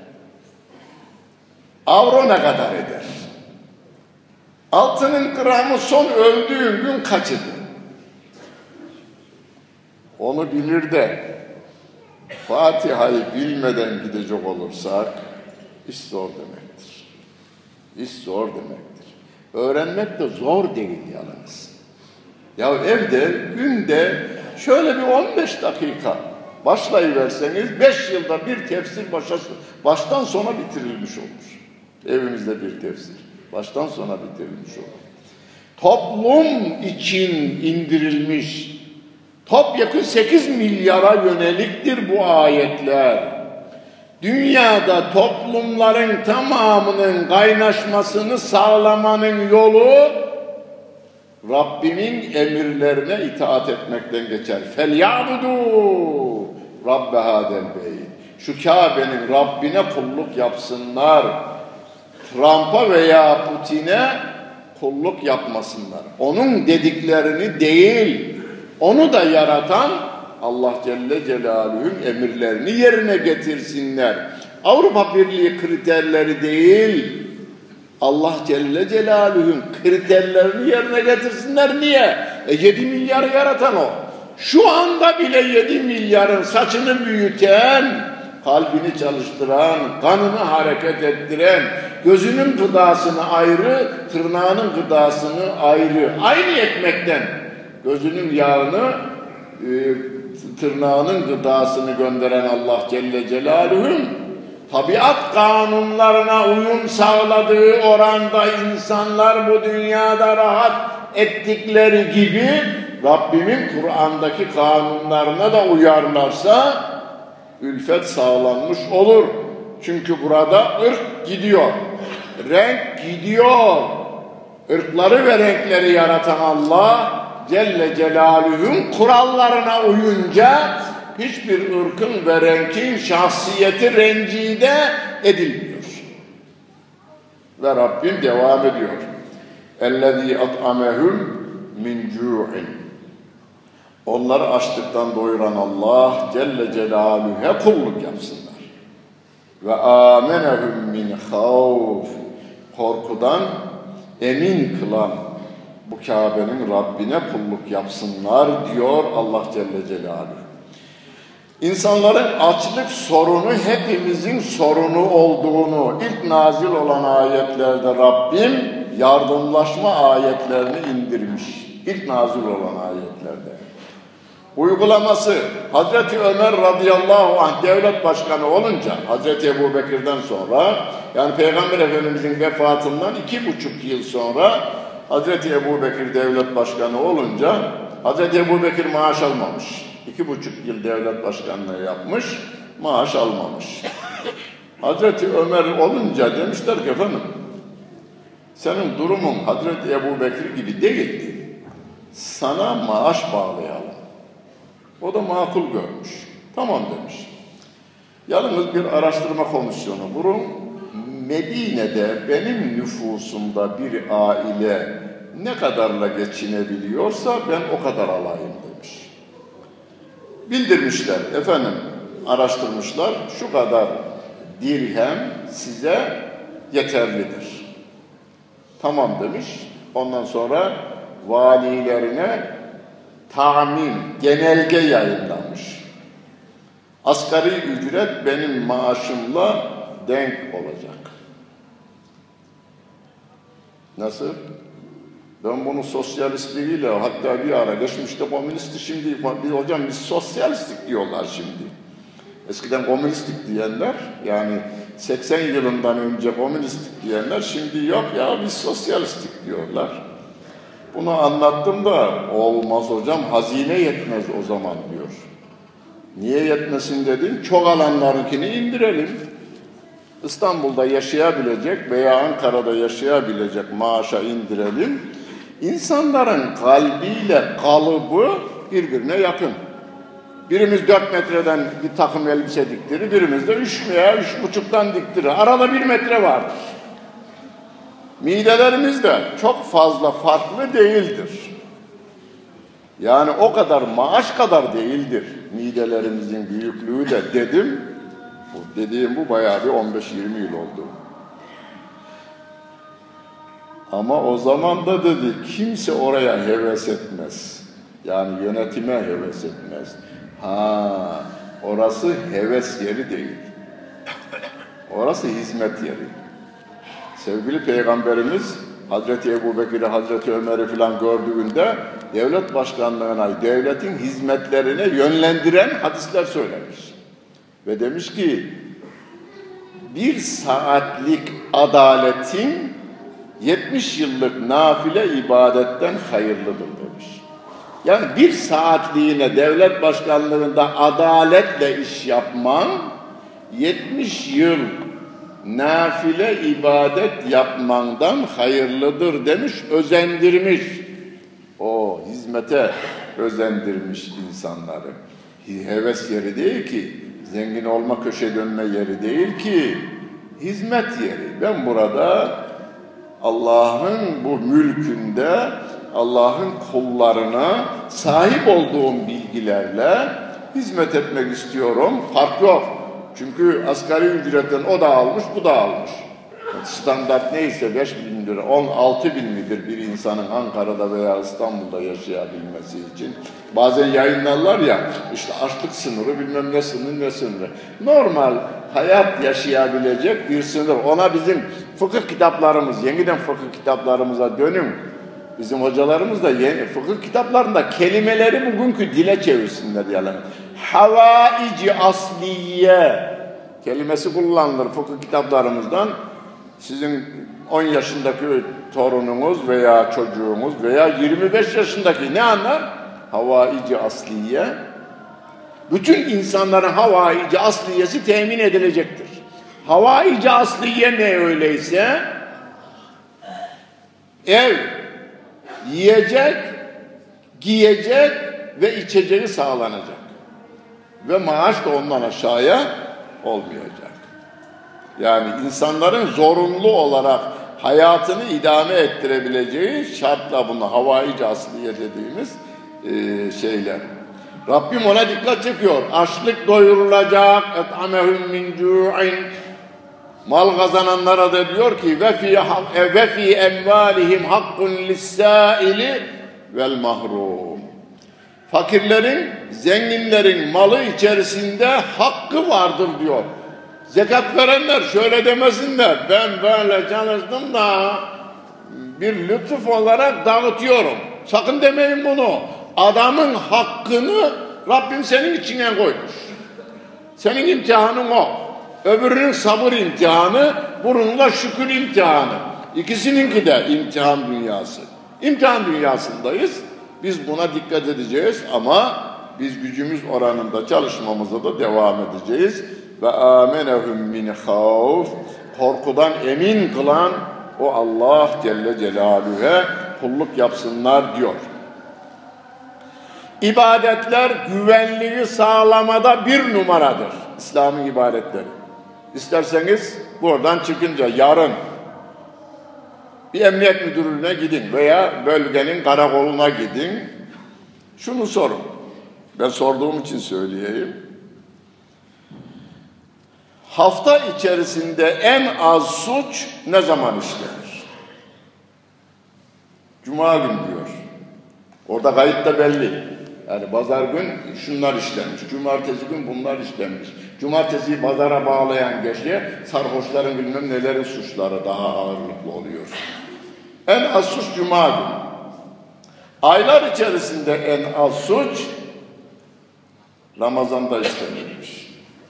Avro ne kadar eder? Altının gramı son öldüğün gün kaçıdır? onu bilir de Fatiha'yı bilmeden gidecek olursak iş zor demektir. İş zor demektir. Öğrenmek de zor değil yalnız. Ya evde günde şöyle bir 15 dakika başlayıverseniz 5 yılda bir tefsir baştan sona bitirilmiş olur. Evimizde bir tefsir baştan sona bitirilmiş olur. Toplum için indirilmiş, topyekun 8 milyara yöneliktir bu ayetler. Dünyada toplumların tamamının kaynaşmasını sağlamanın yolu Rabbimin emirlerine itaat etmekten geçer. فَلْيَعْبُدُوا رَبَّ هَذَا الْبَيْتِ Şu Kabe'nin Rabbine kulluk yapsınlar. Trump'a veya Putin'e kulluk yapmasınlar. Onun dediklerini değil, onu da yaratan Allah Celle Celaluhu'nun emirlerini yerine getirsinler. Avrupa Birliği kriterleri değil, Allah Celle Celaluhu'nun kriterlerini yerine getirsinler. Niye? 7 milyarı yaratan o. Şu anda bile 7 milyarın saçını büyüten, kalbini çalıştıran, kanını hareket ettiren, gözünün gıdasını ayrı, tırnağının gıdasını ayrı. Aynı ekmekten gözünün yağını, tırnağının gıdasını gönderen Allah Celle Celaluhu'nun tabiat kanunlarına uyum sağladığı oranda insanlar bu dünyada rahat ettikleri gibi Rabbimin Kur'an'daki kanunlarına da uyarlarsa ülfet sağlanmış olur. Çünkü burada ırk gidiyor, renk gidiyor. Irkları ve renkleri yaratan Allah Celle Celaluhu'nun kurallarına uyunca hiçbir ırkın ve renkin şahsiyeti rencide edilmiyor. Ve Rabbim devam ediyor. اَلَّذ۪ي أَطْعَمَهُمْ مِنْ جُوعٍ Onları açlıktan doyuran Allah Celle Celaluhu'ya kulluk yapsınlar. Ve amenehum min havf Korkudan emin kılan bu Kabe'nin Rabbine kulluk yapsınlar diyor Allah Celle Celaluhu. İnsanların açlık sorunu hepimizin sorunu olduğunu ilk nazil olan ayetlerde Rabbim yardımlaşma ayetlerini indirmiş. İlk nazil olan ayetlerde. Uygulaması Hazreti Ömer radıyallahu anh devlet başkanı olunca Hazreti Ebu Bekir'den sonra yani Peygamber Efendimizin vefatından 2,5 yıl sonra Hazreti Ebu Bekir devlet başkanı olunca Hazreti Ebu Bekir maaş almamış. 2,5 yıl devlet başkanlığı yapmış, maaş almamış. Hazreti Ömer olunca demişler ki efendim senin durumun Hazreti Ebu Bekir gibi değildi. Sana maaş bağlayalım. O da makul görmüş. Tamam demiş. Yalnız bir araştırma komisyonu kurun. Medine'de benim nüfusumda bir aile ne kadarla geçinebiliyorsa ben o kadar alayım demiş. Bildirmişler efendim, araştırmışlar. Şu kadar dirhem size yeterlidir. Tamam demiş. Ondan sonra valilerine tamin, genelge yayınlanmış. Asgari ücret benim maaşımla denk olacak. Nasıl? Ben bunu sosyalistliğiyle hatta bir ara geçmişte komünisti şimdi hocam biz sosyalistik diyorlar şimdi. Eskiden komünistik diyenler yani 80 yılından önce komünistik diyenler şimdi yok ya biz sosyalistik diyorlar. Bunu anlattım da olmaz hocam hazine yetmez o zaman diyor. Niye yetmesin dedim? Çok alanlarınkini indirelim. İstanbul'da yaşayabilecek veya Ankara'da yaşayabilecek maaşa indirelim. İnsanların kalbiyle kalıbı birbirine yakın. Birimiz 4 metreden bir takım elbise diktirir, birimiz de 3 veya 3,5'tan diktirir. Arada 1 metre vardır. Midelerimiz de çok fazla farklı değildir. Yani o kadar maaş kadar değildir midelerimizin büyüklüğü de dedim. Dediğim bu bayağı bir 15-20 yıl oldu. Ama o zaman da dedi kimse oraya heves etmez. Yani yönetime heves etmez. Orası heves yeri değil. Orası hizmet yeri. Sevgili Peygamberimiz Hazreti Ebubekir'i, Hazreti Ömer'i falan gördüğünde devlet başkanlığına, devletin hizmetlerine yönlendiren hadisler söylemiş. Ve demiş ki, 1 saatlik adaletin 70 yıllık nafile ibadetten hayırlıdır demiş. Yani 1 saatliğine devlet başkanlığında adaletle iş yapman, 70 yıl nafile ibadet yapmandan hayırlıdır demiş, özendirmiş. O hizmete özendirmiş insanları. Heves yeri değil ki, zengin olma, köşe dönme yeri değil ki, hizmet yeri. Ben burada Allah'ın bu mülkünde, Allah'ın kullarına sahip olduğum bilgilerle hizmet etmek istiyorum. Fark yok. Çünkü asgari ücretten o da almış, bu da almış. Standart neyse 5.000 lira, 16.000 midir bir insanın Ankara'da veya İstanbul'da yaşayabilmesi için. Bazen yayınlarlar ya, işte açlık sınırı, bilmem ne sınırı, ne sınırı. Normal hayat yaşayabilecek bir sınır. Ona bizim fıkıh kitaplarımız, yeniden fıkıh kitaplarımıza dönün. Bizim hocalarımız da fıkıh kitaplarında kelimeleri bugünkü dile çevirsinler yani. Havaici asliye kelimesi kullanılır fıkıh kitaplarımızdan. Sizin 10 yaşındaki torununuz veya çocuğunuz veya 25 yaşındaki ne anlar? Havaici asliye. Bütün insanların havaici asliyesi temin edilecektir. Havaici asliye ne öyleyse? Ev, yiyecek, giyecek ve içeceği sağlanacak. Ve maaş da ondan aşağıya olmayacak. Yani insanların zorunlu olarak hayatını idame ettirebileceği şartla bunu havaici asliye dediğimiz şeyler. Rabbim ona dikkat çekiyor. Açlık doyurulacak. Et'amehum min cu'in. Mal kazananlara da diyor ki ve fi emvalihim hakkun lis-sâili vel mahrum. Fakirlerin, zenginlerin malı içerisinde hakkı vardır diyor. Zekat verenler şöyle demesinler, ben böyle çalıştım da bir lütuf olarak dağıtıyorum. Sakın demeyin bunu. Adamın hakkını Rabbim senin içine koymuş. Senin imtihanın o. Öbürünün sabır imtihanı, bunun da şükür imtihanı. İkisininki de imtihan dünyası. İmtihan dünyasındayız. Biz buna dikkat edeceğiz ama biz gücümüz oranında çalışmamıza da devam edeceğiz. Ve amenehum min havf, korkudan emin kılan o Allah Celle Celaluhu'ya kulluk yapsınlar diyor. İbadetler güvenliği sağlamada bir numaradır. İslam'ın ibadetleri. İsterseniz buradan çıkınca yarın bir emniyet müdürlüğüne gidin veya bölgenin karakoluna gidin. Şunu sorun. Ben sorduğum için söyleyeyim. Hafta içerisinde en az suç ne zaman işlenir? Cuma gün diyor. Orada kayıt da belli. Yani pazar gün şunlar işlenmiş. Cumartesi gün bunlar işlenmiş. Cumartesiyi pazara bağlayan gece sarhoşların bilmem nelerin suçları daha ağırlıklı oluyor. En az suç Cuma günü. Aylar içerisinde en az suç Ramazan'da işlenirmiş.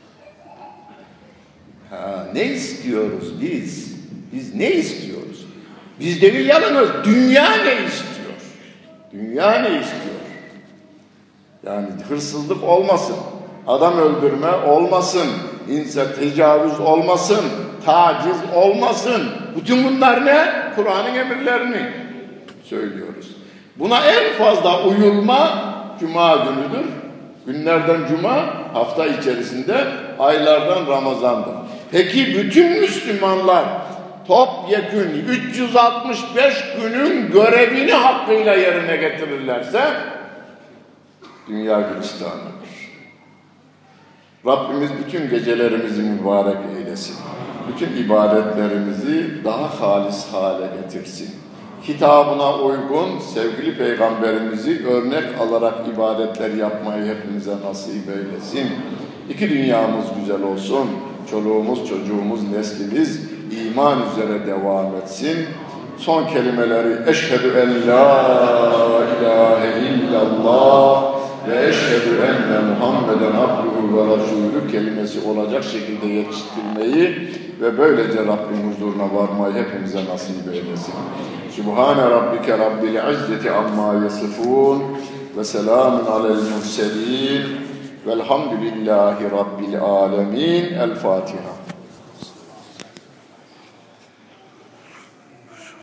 Ne istiyoruz biz? Biz ne istiyoruz? Biz değil yalnız dünya ne istiyor? Dünya ne istiyor? Yani hırsızlık olmasın, adam öldürme olmasın, insan tecavüz olmasın, taciz olmasın. Bütün bunlar ne? Kur'an'ın emirlerini söylüyoruz. Buna en fazla uyulma Cuma günüdür. Günlerden Cuma, hafta içerisinde, aylardan Ramazan'dır. Peki bütün Müslümanlar topyekün 365 günün görevini hakkıyla yerine getirirlerse dünya gülistanıdır. Rabbimiz bütün gecelerimizi mübarek eylesin. Bütün ibadetlerimizi daha halis hale getirsin. hitabına uygun sevgili Peygamberimizi örnek alarak ibadetler yapmayı hepimize nasip eylesin. İki dünyamız güzel olsun, çoluğumuz, çocuğumuz, neslimiz iman üzere devam etsin. Son kelimeleri eşhedü en la ilahe illallah ve eşhedü enne Muhammeden abduhu ve rasulü kelimesi olacak şekilde yetiştirmeyi ve böylece Rabbin huzuruna varmayı hepimize nasip eylesin. Sübhane rabbike rabbil izzeti amma yasifun ve selamun alel murselin velhamdülillahi rabbil alemin. El Fatiha.